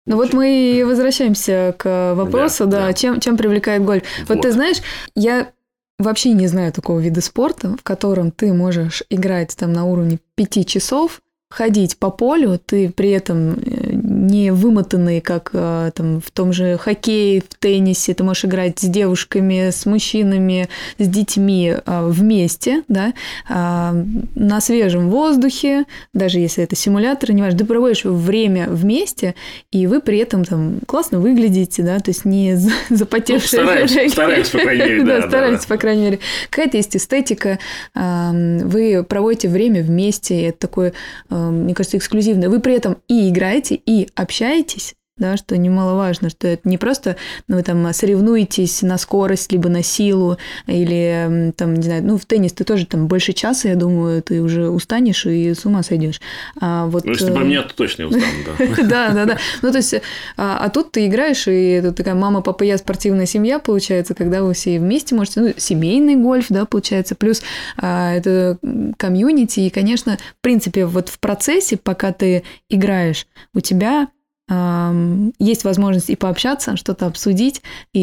Ну вот мы и возвращаемся к вопросу, да, да, да. Чем, чем привлекает гольф. Вот. вот ты знаешь, я вообще не знаю такого вида спорта, в котором ты можешь играть там на уровне пяти часов, ходить по полю, ты при этом не вымотанный, как там, в том же хоккее, в теннисе, ты можешь играть с девушками, с мужчинами, с детьми вместе, да, на свежем воздухе, даже если это симулятор, неважно, ты проводишь время вместе, и вы при этом там классно выглядите, да, то есть не запотевшие. Ну, стараемся, стараемся, по крайней мере. Да, стараемся, по крайней мере. Какая-то есть эстетика, вы проводите время вместе, это такое, мне кажется, эксклюзивное. Вы при этом и играете, и общаетесь, да, что немаловажно, что это не просто ну, вы там соревнуетесь на скорость, либо на силу, или там, не знаю, ну, в теннис ты тоже там больше часа, я думаю, ты уже устанешь и с ума сойдешь. А вот... Ну, если про меня, то точно не устану, да. Да, да, да. Ну, то есть, а тут ты играешь, и это такая мама, папа, я, спортивная семья, получается, когда вы все вместе можете, ну, семейный гольф, да, получается, плюс это комьюнити, и, конечно, в принципе, вот в процессе, пока ты играешь, у тебя есть возможность и пообщаться, что-то обсудить,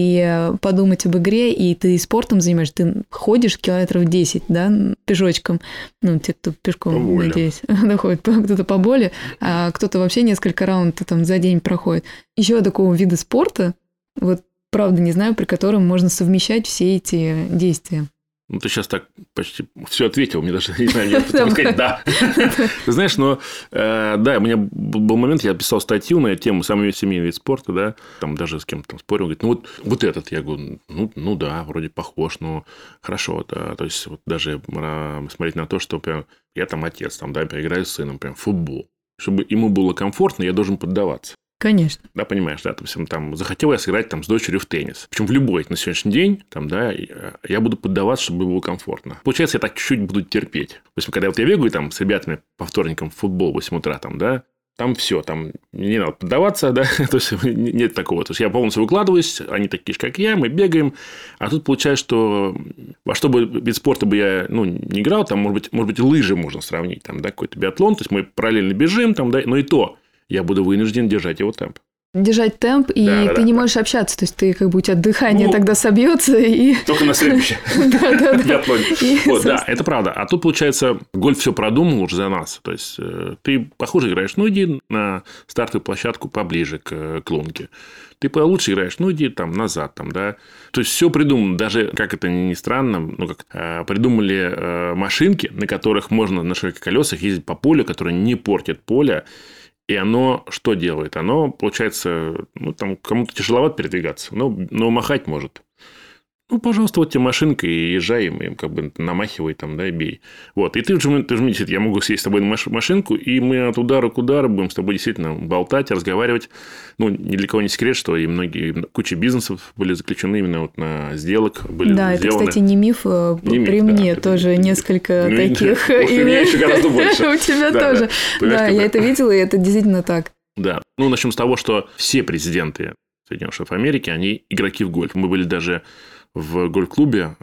и подумать об игре, и ты спортом занимаешься, ты ходишь километров десять, да, пешочком, ну, те, кто пешком, надеюсь, доходит, кто-то по боли, а кто-то вообще несколько раундов там за день проходит. Еще такого вида спорта, вот правда не знаю, при котором можно совмещать все эти действия. Ну, ты сейчас так почти все ответил, мне даже не знаю, мне сказать «да». Ты знаешь, но да, у меня был момент, я писал статью на эту тему, самый семейный вид спорта, да, там даже с кем-то спорил, говорит, ну, вот, вот этот, я говорю, ну, ну, да, вроде похож, но хорошо, да, то есть, вот даже смотреть на то, что прям я там отец, там, да, играю с сыном, прям футбол, чтобы ему было комфортно, я должен поддаваться. Конечно. Да, понимаешь, да, допустим, там, захотел я сыграть там, с дочерью в теннис. Причем в любой на сегодняшний день, там, да, я буду поддаваться, чтобы было комфортно. Получается, я так чуть-чуть буду терпеть. Допустим, когда вот я бегаю там с ребятами по вторникам в футбол в восемь утра, там, да, там все, там не надо поддаваться, да, то есть нет такого. То есть я полностью выкладываюсь, они такие же, как я, мы бегаем. А тут получается, что во что бы вид спорта бы я ну, не играл, там, может быть, может быть, лыжи можно сравнить, там, да, какой-то биатлон, то есть мы параллельно бежим, там, да, но и то. Я буду вынужден держать его темп. Держать темп, и да, ты да, не да. можешь общаться. То есть, ты как бы у тебя дыхание ну, тогда собьется и... Только на следующее. Биатлоне. Вот, да, это правда. А тут, получается, гольф все продумал уже за нас. То есть, ты похуже играешь, ну, иди на стартовую площадку поближе к лунке. Ты получше играешь, ну, иди там назад, там, да. То есть, все придумано. Даже, как это ни странно, ну, как придумали машинки, на которых можно на широких колесах ездить по полю, которые не портят поле. И оно что делает? Оно, получается, ну, там кому-то тяжеловато передвигаться, но, но махать может. Ну, пожалуйста, вот тебе машинка, и езжай, им как бы намахивай там, да, и бей. Вот. И ты же, ты же видишь, я могу сесть с тобой на машинку, и мы от удара к удару будем с тобой действительно болтать, разговаривать. Ну, ни для кого не секрет, что и многие, куча бизнесов были заключены именно вот на сделок. Были да, сделаны. Это, кстати, не миф. Не миф При да, мне это, тоже это, несколько ну, таких. У меня еще гораздо больше. У тебя тоже. Да, я это видела, и это действительно так. Да. Ну, начнем с того, что все президенты Соединенных Штатов Америки, они игроки в гольф. Мы были даже в гольф-клубе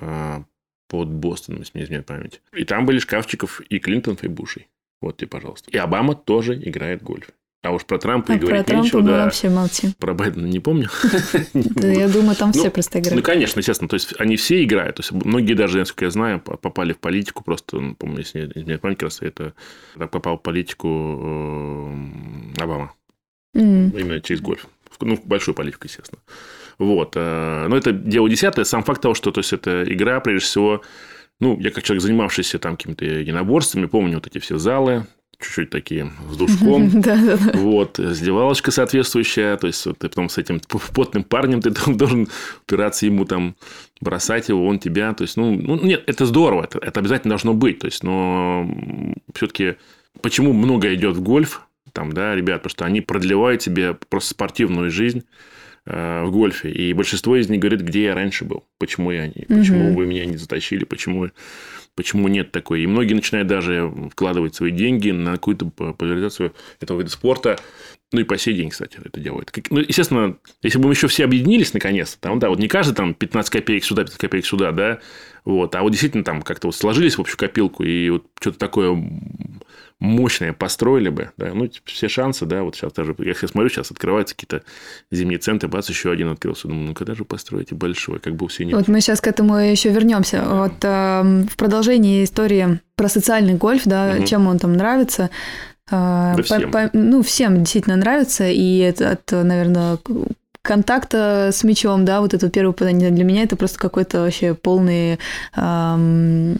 под Бостоном, если мне изменяет память. И там были шкафчиков и Клинтонов, и Бушей. Вот тебе, пожалуйста. И Обама тоже играет в гольф. А уж про Трампа а и говорить про Трампа нечего. Мы да. вообще молчим. Про Байдена не помню. Да, я думаю, там все просто играют. Ну, конечно, естественно. То есть, они все играют. То есть, многие даже, насколько я знаю, попали в политику. Просто, помню, если не изменяет память, как раз это попал в политику Обама. Именно через гольф. Ну, в большую политику, естественно. Вот. Но это дело десятое. Сам факт того, что то есть, это игра, прежде всего, ну, я как человек, занимавшийся там какими-то единоборствами, помню вот эти все залы, чуть-чуть такие с душком. Вот. Раздевалочка соответствующая. То есть, ты потом с этим потным парнем ты должен упираться ему там, бросать его, он тебя. То есть, ну, нет, это здорово. Это, это обязательно должно быть. То есть, но все-таки почему много идет в гольф? Там, да, ребят, потому что они продлевают себе просто спортивную жизнь э, в гольфе. И большинство из них говорит, где я раньше был, почему я не, почему вы меня не затащили, почему, почему нет такой. И многие начинают даже вкладывать свои деньги на какую-то популяризацию этого вида спорта. Ну, и по сей день, кстати, это делают. Ну, естественно, если бы мы еще все объединились наконец-то, там, да, вот не каждый там пятнадцать копеек сюда, пятнадцать копеек сюда, да, вот, а вот действительно там как-то вот сложились в общую копилку, и вот что-то такое мощное построили бы, да, ну, все шансы, да, вот сейчас даже, я сейчас смотрю, сейчас открываются какие-то зимние центры, бац, еще один открылся. Думаю, ну, когда же построите большой, как бы у всех. Вот мы сейчас к этому еще вернемся. Да. Вот э, в продолжении истории про социальный гольф, да, угу. чем он там нравится. Э, да всем. По, по, ну, всем действительно нравится, и это, это, наверное, контакта с мячом, да, вот это первое попадание для меня это просто какой-то вообще полный... Эм...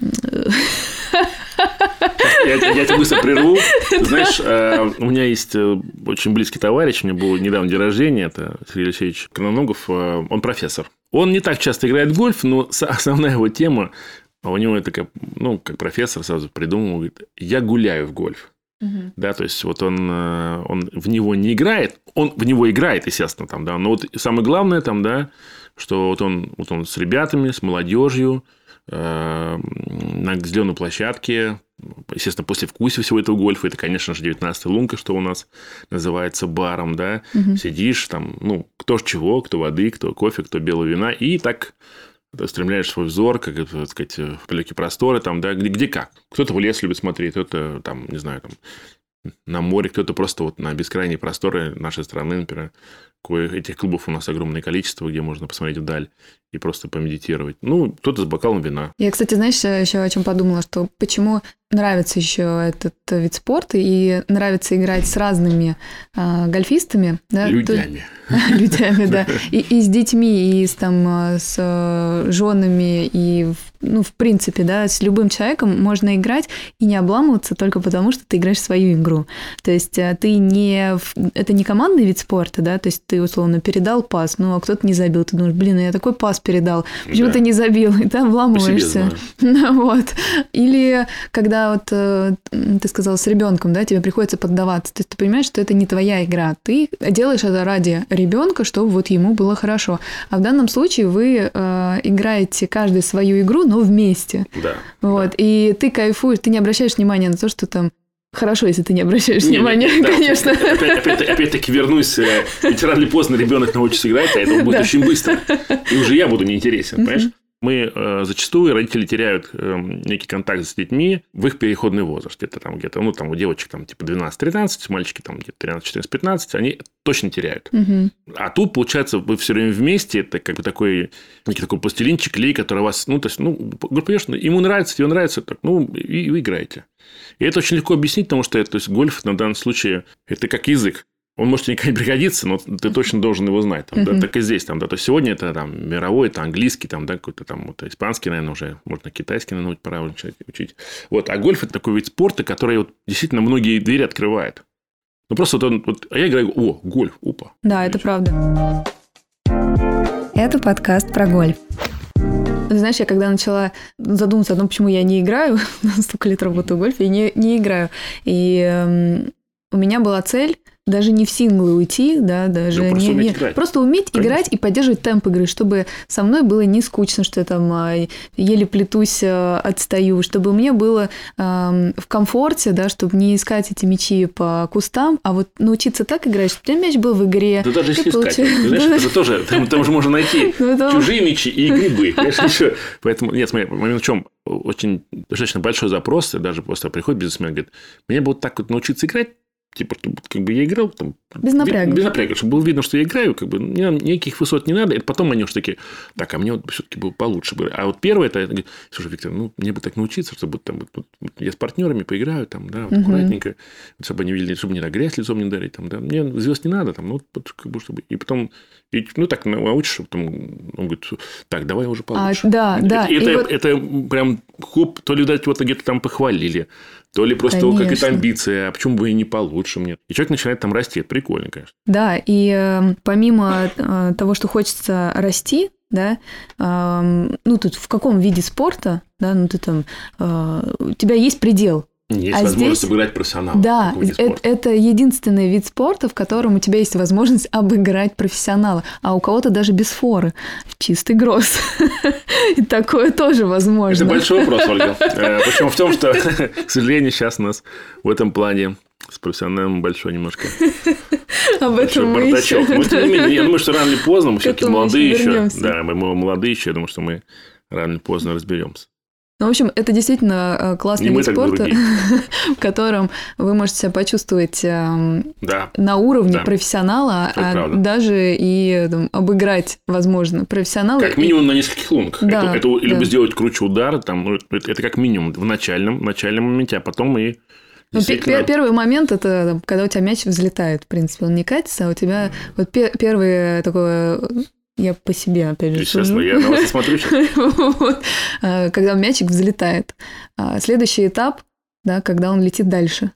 Я, я тебя быстро прерву. Знаешь, у меня есть очень близкий товарищ, у меня был недавно день рождения, это Сергей Алексеевич Кононогов, он профессор. Он не так часто играет в гольф, но основная его тема, у него такая, ну, как профессор сразу придумал, говорит, я гуляю в гольф. Uh-huh. Да, то есть, вот он, он в него не играет, он в него играет, естественно, там, да, но вот самое главное там, да, что вот он, вот он с ребятами, с молодежью э, на зеленой площадке, естественно, после вкуса всего этого гольфа, это, конечно же, девятнадцатая лунка, что у нас называется баром, да, uh-huh. сидишь там, ну, кто ж чего, кто воды, кто кофе, кто белого вина, и так... стремляешь свой взор, как это, так сказать, в далекие просторы, там, да, где, где как. Кто-то в лес любит смотреть, кто-то, там, не знаю, там, на море, кто-то просто вот на бескрайние просторы нашей страны, например. Этих клубов у нас огромное количество, где можно посмотреть вдаль и просто помедитировать. Ну, кто-то с бокалом вина. Я, кстати, знаешь, еще о чем подумала, что почему нравится еще этот вид спорта и нравится играть с разными э, гольфистами. Да? Людьми. Людьми, да. И, и с детьми, и с, там, с женами, и, ну, в принципе, да, с любым человеком можно играть и не обламываться только потому, что ты играешь свою игру. То есть ты не... Это не командный вид спорта, да, то есть ты, условно, передал пас, ну, а кто-то не забил. Ты думаешь, блин, я такой пас передал, почему да. ты не забил? И ты обламываешься. Вот. Или когда вот ты сказала с ребенком, да, тебе приходится поддаваться. То есть ты понимаешь, что это не твоя игра. Ты делаешь это ради ребенка, чтобы вот ему было хорошо. А в данном случае вы э, играете каждый свою игру, но вместе. Да. Вот. Да. И ты кайфуешь, ты не обращаешь внимания на то, что там хорошо, если ты не обращаешь не, внимания, не, да, конечно. Опять, опять, опять-таки вернусь, ведь рано или поздно ребенок научится играть, а это будет да. очень быстро. И уже я буду неинтересен, понимаешь? Мы э, зачастую родители теряют э, некий контакт с детьми в их переходный возраст. Это там где-то, ну, там у девочек там типа двенадцать-тринадцать, мальчики там где-то тринадцать, четырнадцать, пятнадцать, они точно теряют. Угу. А тут, получается, вы все время вместе, это как бы такой, некий такой пластилинчик, клей, который вас, ну, то есть, ну, понимаешь, ему нравится, тебе нравится, так, ну, и, и вы играете. И это очень легко объяснить, потому что это, то есть, гольф на данном случае это как язык. Он может тебе никогда не пригодиться, но ты точно должен его знать. Там, uh-huh. да, так и здесь. Там, да, то есть сегодня это там, мировой, это английский, там, да, какой-то там вот, испанский, наверное, уже можно китайский, наверное, пора учить. Вот. А гольф – это такой вид спорта, который вот, действительно многие двери открывает. Ну, просто вот он, вот, а я играю, о, гольф, опа. Да, это правда. Это подкаст про гольф. Знаешь, я когда начала задумываться о том, почему я не играю, столько лет работаю в гольфе, я не, не играю. И э, у меня была цель даже не в синглы уйти, да, даже да, просто не, уметь не играть. Просто уметь Конечно. играть и поддерживать темп игры, чтобы со мной было не скучно, что я там еле плетусь, отстаю, чтобы мне было э, в комфорте, да, чтобы не искать эти мячи по кустам, а вот научиться так играть, чтобы у тебя мяч был в игре. Да даже если искать, знаешь, это же тоже, там, там же можно найти чужие мячи и грибы. Поэтому, нет, смотри, момент в чем очень достаточно большой запрос, даже просто приходит бизнесмен, говорит, мне бы вот так вот научиться играть, типа, как бы я играл там, без напряга. Без напряга, чтобы было видно, что я играю, как бы никаких высот не надо. И потом они уж такие, так, а мне вот все-таки было получше. А вот первое, это, слушай, Виктор, ну, мне бы так научиться, чтобы там, вот, я с партнерами поиграю, там, да, вот, угу. аккуратненько, чтобы они видели, чтобы мне на грязь лицом не дарить, там, да, мне звезд не надо, там, ну, вот, как бы, чтобы... И потом, и, ну, так научишься, потом он говорит, так, давай уже получше. А, да, и, да. И, и это, вот... это прям, хоп, то ли, дать, вот где-то там похвалили, то ли просто Конечно. какая-то амбиция, а почему бы и не получше мне. И человек начинает там расти, это прикольно, конечно. Да, и э, помимо э, того, что хочется расти, да, э, ну, тут в каком виде спорта, да, ну, ты там, э, у тебя есть предел. Есть а возможность здесь, обыграть профессионала. Да, это, это единственный вид спорта, в котором у тебя есть возможность обыграть профессионала, а у кого-то даже без форы, чистый гроз. И такое тоже возможно. Это большой вопрос, Ольга. Причем в том, что, к сожалению, сейчас у нас в этом плане с профессионалом большой немножко об этом мы еще... Но, тем не менее, я думаю, что рано или поздно, мы все-таки молодые еще. Вернемся. Да, мы молодые еще, я думаю, что мы рано или поздно разберемся. Ну, в общем, это действительно классный вид спорта, в котором вы можете себя почувствовать да. на уровне да. профессионала, а даже и там, обыграть, возможно, профессионала. Как минимум на нескольких лунках. Да, это, это, да. Либо сделать круче удар, там, ну, это, это как минимум в начальном, в начальном моменте, а потом и... Ну, действительно... Первый момент – это когда у тебя мяч взлетает, в принципе, он не катится, а у тебя вот первый такой… Я по себе, опять же, естественно, сужу. Я на вас смотрю сейчас. Вот. Когда мячик взлетает. Следующий этап, да, когда он летит дальше.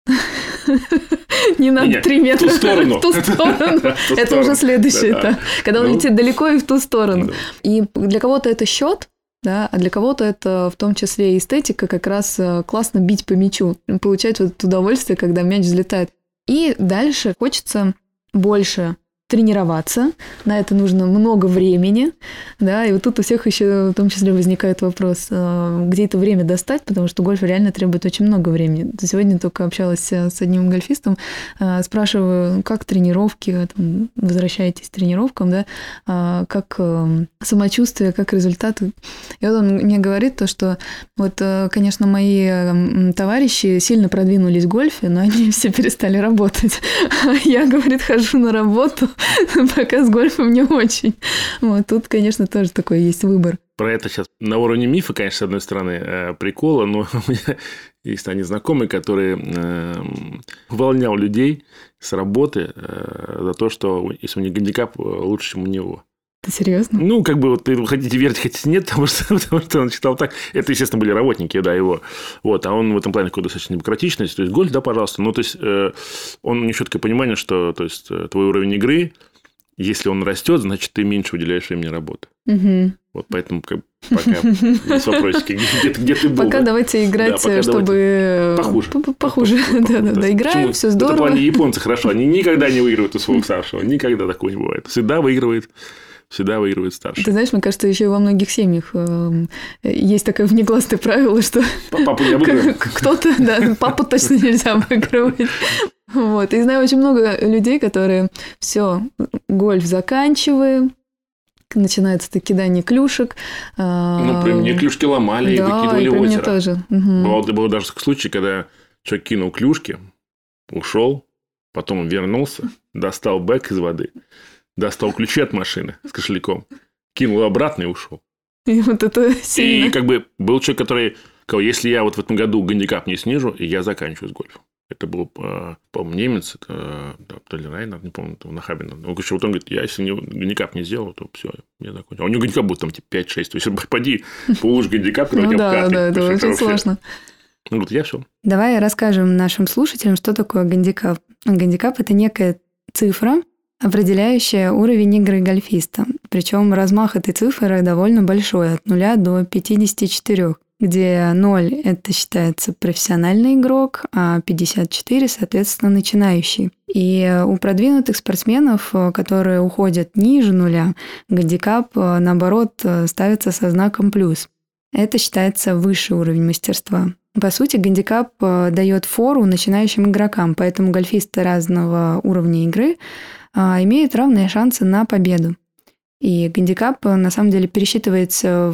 Не на три метра. В ту сторону. В ту сторону. Это уже следующий этап. Когда он летит далеко и в ту сторону. И для кого-то это счет, да, а для кого-то это в том числе эстетика, как раз классно бить по мячу, получать вот удовольствие, когда мяч взлетает. И дальше хочется больше тренироваться, на это нужно много времени, да, и вот тут у всех еще в том числе возникает вопрос, где это время достать, потому что гольф реально требует очень много времени. Сегодня только общалась с одним гольфистом, спрашиваю, как тренировки, там, возвращаетесь к тренировкам, да, как самочувствие, как результаты. И вот он мне говорит то, что вот, конечно, мои товарищи сильно продвинулись в гольфе, но они все перестали работать. Я, говорит, хожу на работу, пока с гольфом не очень. Вот тут, конечно, тоже такой есть выбор. Про это сейчас на уровне мифа, конечно, с одной стороны, прикола, но у меня есть они знакомые, которые увольнял людей с работы за то, что если у них гандикап лучше, чем у него. Ты серьезно? Ну, как бы, вот вы хотите верить, хотите нет, потому что, потому что он читал так. Это, естественно, были работники, да, его. Вот, а он в этом плане какой-то достаточно демократичный. То есть, гольф, да, пожалуйста. Ну, то есть, э, он у него четкое понимание, что то есть, твой уровень игры, если он растет, значит, ты меньше уделяешь времени работе. Угу. Вот поэтому как, пока есть вопросики, где, где, где ты был. Пока давайте играть, да, пока чтобы… Похуже. Похуже, да-да-да, играем, все здорово. В этом плане японцы хорошо, они никогда не выигрывают у своего старшего, никогда такого не бывает. Всегда выигрывает. Всегда выигрывает старший. Ты знаешь, мне кажется, еще во многих семьях есть такое внегласное правило, что папу не обыгрывают. Кто-то, да, папу точно нельзя обыгрывать. Вот. И знаю очень много людей, которые все, гольф заканчиваем, начинается это кидание клюшек. Ну, при мне клюшки ломали да, и выкидывали и при в озеро. Мне тоже. Угу. Был, был даже случай, когда человек кинул клюшки, ушел, потом вернулся, достал бэк из воды, достал ключи от машины с кошельком, кинул обратно и ушел. И вот это сильно. И как бы был человек, который сказал, если я вот в этом году гандикап не снижу, я заканчиваю с гольфом. Это был, по-моему, немец, это, да, то ли Райнер, не помню, Нахабин. Он, вот он говорит, я если гандикап не сделал, то все, я закончил. А у него гандикап будет там типа пять-шесть. То есть, поди, получишь гандикап, когда у тебя катлик. Да, да, это очень сложно. Ну, вот я все. Давай расскажем нашим слушателям, что такое гандикап. Гандикап – это некая цифра, определяющая уровень игры гольфиста. Причем размах этой цифры довольно большой, от нуля до пятидесяти четырёх, где ноль – это считается профессиональный игрок, а пятьдесят четыре, соответственно, начинающий. И у продвинутых спортсменов, которые уходят ниже нуля, гандикап, наоборот, ставится со знаком плюс. Это считается высший уровень мастерства. По сути, гандикап дает фору начинающим игрокам, поэтому гольфисты разного уровня игры имеют равные шансы на победу. И гандикап, на самом деле, пересчитывается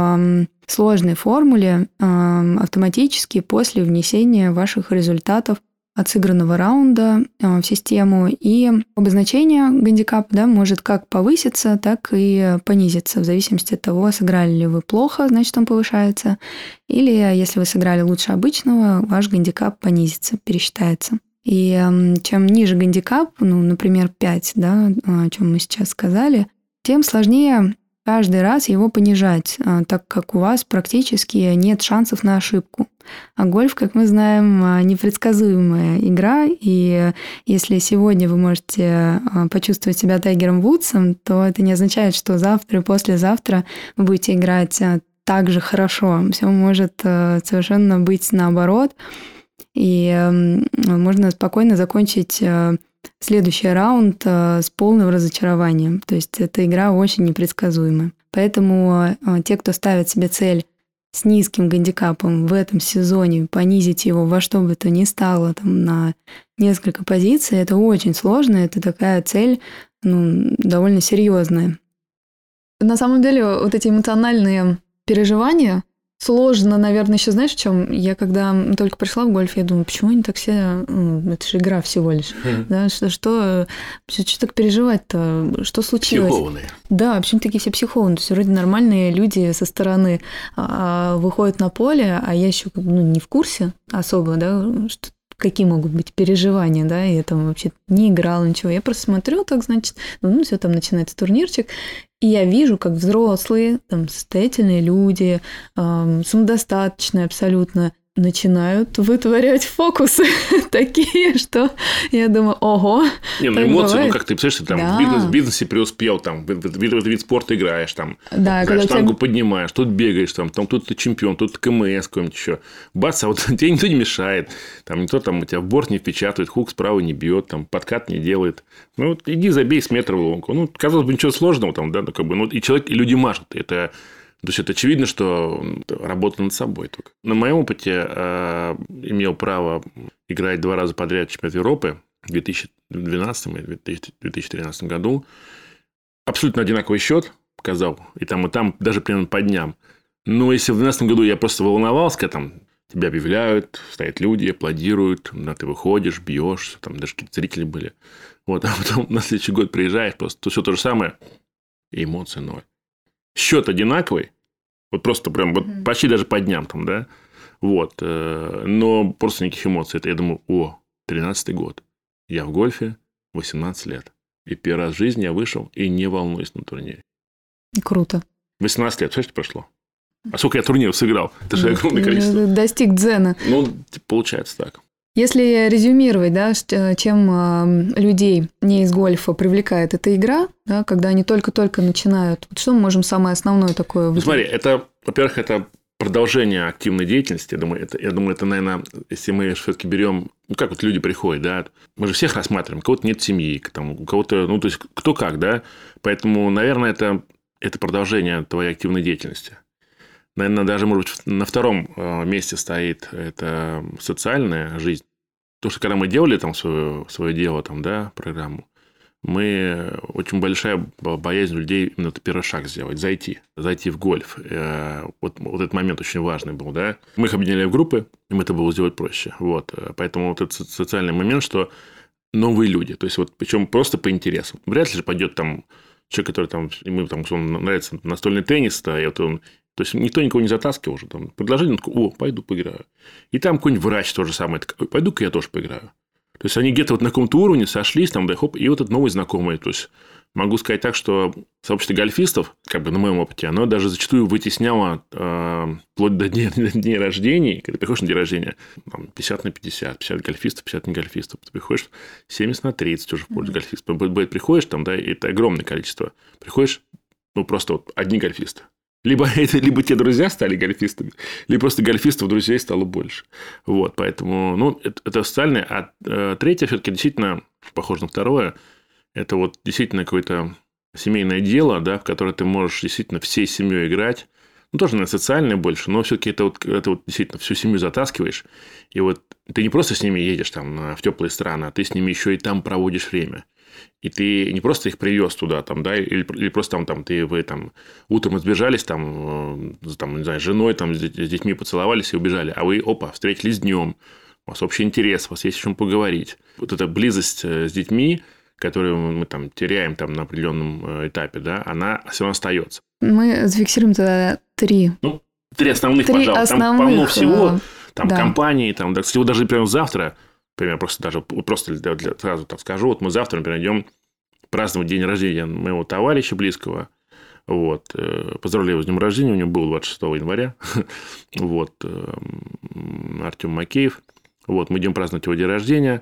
в сложной формуле автоматически после внесения ваших результатов от сыгранного раунда в систему. И обозначение гандикапа, да, может как повыситься, так и понизиться, в зависимости от того, сыграли ли вы плохо, значит, он повышается, или если вы сыграли лучше обычного, ваш гандикап понизится, пересчитается. И чем ниже гандикап, ну, например, пять, да, о чем мы сейчас сказали, тем сложнее каждый раз его понижать, так как у вас практически нет шансов на ошибку. А гольф, как мы знаем, непредсказуемая игра, и если сегодня вы можете почувствовать себя Тайгером Вудсом, то это не означает, что завтра и послезавтра вы будете играть так же хорошо. Все может совершенно быть наоборот. И можно спокойно закончить следующий раунд с полным разочарованием. То есть эта игра очень непредсказуема. Поэтому те, кто ставит себе цель с низким гандикапом в этом сезоне, понизить его во что бы то ни стало там, на несколько позиций, это очень сложно. Это такая цель, ну, довольно серьезная. На самом деле вот эти эмоциональные переживания Сложно, наверное, еще знаешь, в чем? Я когда только пришла в гольф, я думаю, почему они так все... Ну, это же игра всего лишь. Mm-hmm. Да, что, что, что так переживать-то? Что случилось? Психованные. Да, почему такие все психованные? То есть вроде нормальные люди со стороны а, выходят на поле, а я еще ну, не в курсе особо, да, что какие могут быть переживания, да, я там вообще не играла, ничего. Я просто смотрю так, значит, ну, все, там начинается турнирчик, и я вижу, как взрослые, там, состоятельные люди, эм, самодостаточные абсолютно, начинают вытворять фокусы такие, что я думаю, ого. Не, ну эмоции, бывает. Ну как ты представляешь, ты там да. в, бизнес, в бизнесе преуспел, там, в вид, вид спорта играешь, там, да, знаешь, штангу тебя... поднимаешь, тут бегаешь, там, там тут ты чемпион, тут КМС какой-нибудь еще. Бац, а вот тебе никто не мешает, там, никто там у тебя в борт не впечатывает, хук справа не бьет, там, подкат не делает. Ну, вот иди забей с метра в лунку. Ну, казалось бы, ничего сложного там, да, ну, как бы, ну, и человек, и люди машут, это... То есть, это очевидно, что работа над собой только. На моем опыте э, имел право играть два раза подряд в чемпионате Европы в две тысячи двенадцатом и две тысячи тринадцатом году. Абсолютно одинаковый счет показал. И там, и там даже примерно по дням. Но если в две тысячи двенадцатом году я просто волновался, когда там тебя объявляют, стоят люди, аплодируют, да, ты выходишь, бьешь, там даже какие-то зрители были. Вот, а потом на следующий год приезжаешь, просто все то же самое, и эмоции ноль. Счет одинаковый, вот просто прям вот mm-hmm. почти даже по дням там, да, вот, но просто никаких эмоций. Это я думаю, о, тринадцатый год, я в гольфе восемнадцать лет, и первый раз в жизни я вышел и не волнуюсь на турнире. Круто. восемнадцать лет, что прошло? А сколько я турниров сыграл? Это же огромное количество. Достиг дзена. Ну, получается так. Если резюмировать, да, чем э, людей не из гольфа привлекает эта игра, да, когда они только-только начинают, вот что мы можем самое основное такое выделить? Ну, смотри, это, во-первых, это продолжение активной деятельности. Я думаю, это, я думаю, это, наверное, если мы все-таки берем, ну, как вот люди приходят, да, мы же всех рассматриваем, у кого-то нет семьи, там, у кого-то, ну, то есть, кто как, да, поэтому, наверное, это, это продолжение твоей активной деятельности. Наверное, даже, может быть, на втором месте стоит это социальная жизнь. Потому что, когда мы делали там свое, свое дело, там, да, программу, мы очень большая боязнь у людей именно первый шаг сделать, зайти, зайти в гольф. Вот, вот этот момент очень важный был, да. Мы их объединяли в группы, им это было сделать проще. Вот. Поэтому вот этот социальный момент, что новые люди, то есть, вот, причем просто по интересам. Вряд ли же пойдет там человек, который там, ему там, нравится настольный теннис, да, и вот он. То есть, никто никого не затаскивал уже. Там предложение, он такой, о, пойду поиграю. И там какой-нибудь врач то же самое. Такой, пойду-ка я тоже поиграю. То есть, они где-то вот на каком-то уровне сошлись, там, да, хоп, и вот этот новый знакомый. То есть, могу сказать так, что сообщество гольфистов, как бы на моем опыте, оно даже зачастую вытесняло э, вплоть до дней, дней рождения. Когда ты приходишь на день рождения, там, пятьдесят на пятьдесят, пятьдесят гольфистов, пятьдесят не гольфистов. Ты приходишь семьдесят на тридцать уже в пользу mm-hmm. гольфистов. Приходишь там, да, и это огромное количество. Приходишь, ну, просто вот одни гольфисты. Либо, это, либо те друзья стали гольфистами, либо просто гольфистов друзей стало больше. Вот, поэтому, ну, это, это социальное. А э, третье, все-таки действительно, похоже на второе, это вот действительно какое-то семейное дело, да, в которое ты можешь действительно всей семьей играть. Ну, тоже, наверное, социальное больше, но все-таки это вот, это вот действительно всю семью затаскиваешь. И вот ты не просто с ними едешь там в теплые страны, а ты с ними еще и там проводишь время. И ты не просто их привез туда, там, да, или, или просто там, там ты вы там утром сбежались, там, там, не знаю, с женой, там, с детьми поцеловались и убежали, а вы, опа, встретились днем, у вас общий интерес, у вас есть о чем поговорить. Вот эта близость с детьми, которую мы там теряем там на определенном этапе, да, она все равно остается. Мы зафиксируем тогда три. Ну, три основных, три пожалуйста. Основных, там полно всего, там да. компании, там, да, кстати, вот даже прямо завтра. Например, просто даже просто для, для, сразу так скажу, вот мы завтра, например, идем праздновать день рождения моего товарища близкого. Вот. Поздравляю его с днем рождения, у него было двадцать шестого января. Вот. Артем Макеев. Вот. Мы идем праздновать его день рождения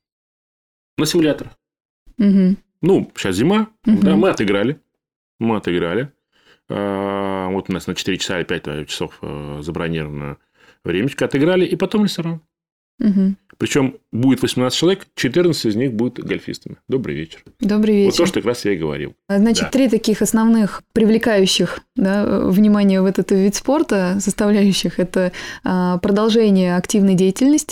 на симуляторах. Угу. Ну, сейчас зима, угу. да, мы отыграли. Мы отыграли. Вот у нас на четыре часа или пять часов забронировано времечко, отыграли, и потом ресторан. Угу. Причем будет восемнадцать человек, четырнадцать из них будут гольфистами. Добрый вечер. Добрый вечер. Вот то, что как раз я и говорил. Значит, да. Три таких основных привлекающих, да, внимание в этот вид спорта составляющих – это продолжение активной деятельности,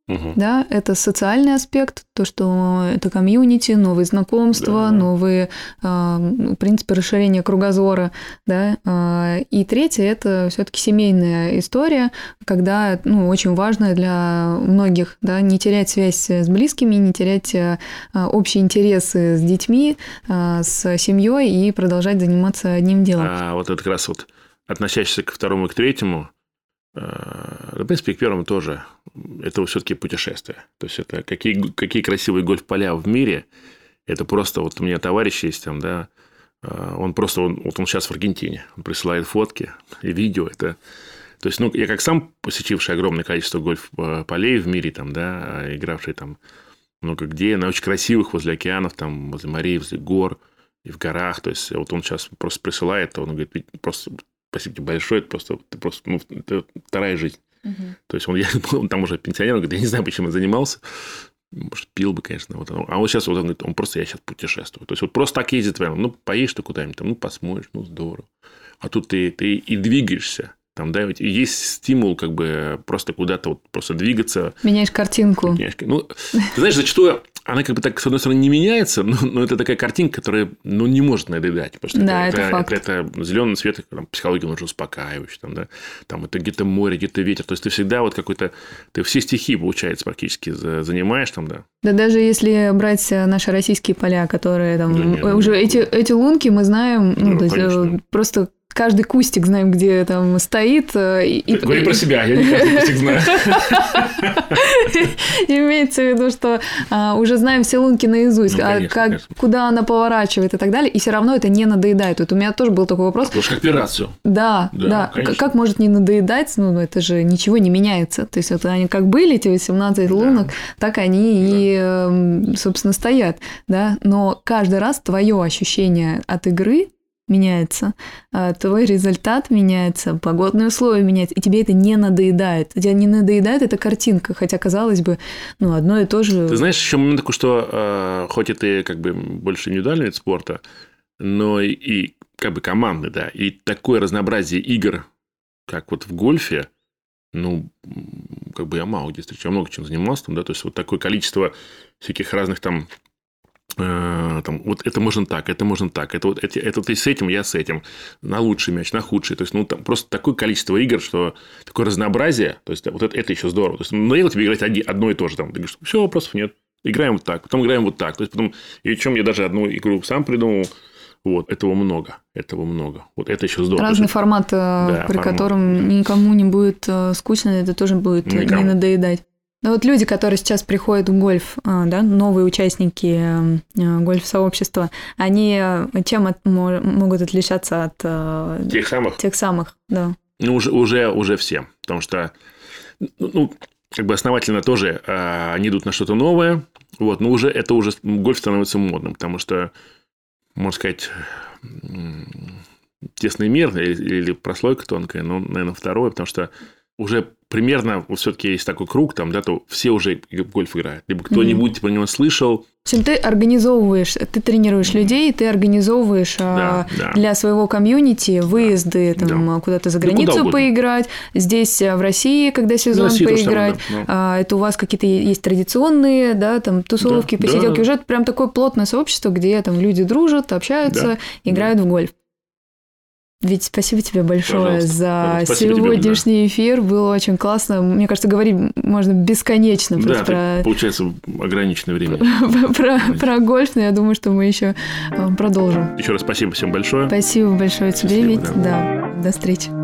Угу. Да, это социальный аспект, то, что это комьюнити, новые знакомства, да. новые, в принципе, расширение кругозора, да. И третье – это все-таки семейная история, когда, ну, очень важно для многих, да, не терять связь с близкими, не терять общие интересы с детьми, с семьей и продолжать заниматься одним делом. А вот это как раз вот относящийся ко второму и к третьему, в принципе, к первому тоже. Это все-таки путешествие. То есть, это какие, какие красивые гольф-поля в мире. Это просто... Вот у меня товарищ есть там, да, он просто... Он, вот он сейчас в Аргентине. Он присылает фотки и видео. Это... То есть, ну, я как сам посетивший огромное количество гольф-полей в мире, там, да, игравший там много где, на очень красивых, возле океанов, там, возле морей, возле гор и в горах. То есть, вот он сейчас просто присылает, он говорит, просто... Спасибо тебе большое, это просто, это просто ну, это вторая жизнь. Uh-huh. То есть, он, я, он там уже пенсионер, он говорит, я не знаю, почему я занимался. Может, пил бы, конечно. Вот. А вот сейчас вот он говорит, он просто, я сейчас путешествую. То есть, вот просто так ездит, ну, поедешь ты куда-нибудь, там, ну, посмотришь, ну, здорово. А тут ты, ты и двигаешься. Там, да, ведь есть стимул как бы просто куда-то вот просто двигаться. Меняешь картинку. Меняешь, ну, ты знаешь, зачастую она как бы так, с одной стороны, не меняется, но, но это такая картинка, которая, ну, не может надоедать. Потому что да, это, это, факт. это, это зеленый цвет, там, психология, он уже успокаивающий. Там, да? Там это где-то море, где-то ветер. То есть, ты всегда вот какой-то... Ты все стихии, получается, практически занимаешь там, да. Да даже если брать наши российские поля, которые там... Да, нет, уже нет. Эти, эти лунки мы знаем, ну, ну, то есть, просто... Каждый кустик знаем, где там стоит. И... Говори про себя, я не каждый кустик знаю. Имеется в виду, что а, уже знаем все лунки наизусть, ну, конечно, а как, конечно. Куда она поворачивает и так далее, и все равно это не надоедает. Вот у меня тоже был такой вопрос. Потому что как пирацию. Да, да. да. Как может не надоедать? Ну, это же ничего не меняется. То есть, вот они как были, эти восемнадцать да. лунок, так они да. и, собственно, стоят. Да? Но каждый раз твое ощущение от игры меняется, твой результат меняется, погодные условия меняются, и тебе это не надоедает. Тебя не надоедает эта картинка, хотя, казалось бы, ну, одно и то же. Ты знаешь, еще момент такой, что э, хоть это как бы больше индивидуальный вид спорта, но и, и как бы командный, да, и такое разнообразие игр, как вот в гольфе, ну, как бы я мало где встречал, много чем занимался там, да, то есть, вот такое количество всяких разных там там, вот это можно так, это можно так, это вот эти, это ты с этим, я с этим, на лучший мяч, на худший, то есть, ну, там просто такое количество игр, что такое разнообразие, то есть, вот это, это еще здорово, то есть, надоело тебе играть одно и то же, там, ты говоришь, все, вопросов нет, играем вот так, потом играем вот так, то есть, потом, и причем я даже одну игру сам придумал, вот, этого много, этого много, вот это еще здорово. Разный формат, да, при формат, котором да. никому не будет скучно, это тоже будет никому. Не надоедать. Ну вот люди, которые сейчас приходят в гольф, да, новые участники гольф-сообщества, они чем от, могут отличаться от тех самых? Тех самых, да. Ну, уже, уже, уже все, потому что, ну, как бы основательно тоже они идут на что-то новое, вот, но уже это уже гольф становится модным, потому что, можно сказать, тесный мир или, или прослойка тонкая, ну, наверное, второе, потому что уже примерно, вот все-таки есть такой круг, там, да, то все уже в гольф играют. Либо кто-нибудь mm-hmm. про него слышал. В общем, ты организовываешь, ты тренируешь людей, ты организовываешь да, да. для своего комьюнити выезды да, там, да. куда-то за границу да поиграть. Здесь, в России, когда сезон, России поиграть. Самое, да, да. Это у вас какие-то есть традиционные, да, там, тусовки, да, посиделки. Да. Уже прям такое плотное сообщество, где там люди дружат, общаются, да, играют да. в гольф. Ведь спасибо тебе большое Пожалуйста. за спасибо сегодняшний тебе, да. эфир. Было очень классно. Мне кажется, говорить можно бесконечно. Да, про... получается ограниченное время. про, про гольф, но я думаю, что мы еще продолжим. Еще раз спасибо всем большое. Спасибо большое тебе, Вить. Да. да, до встречи.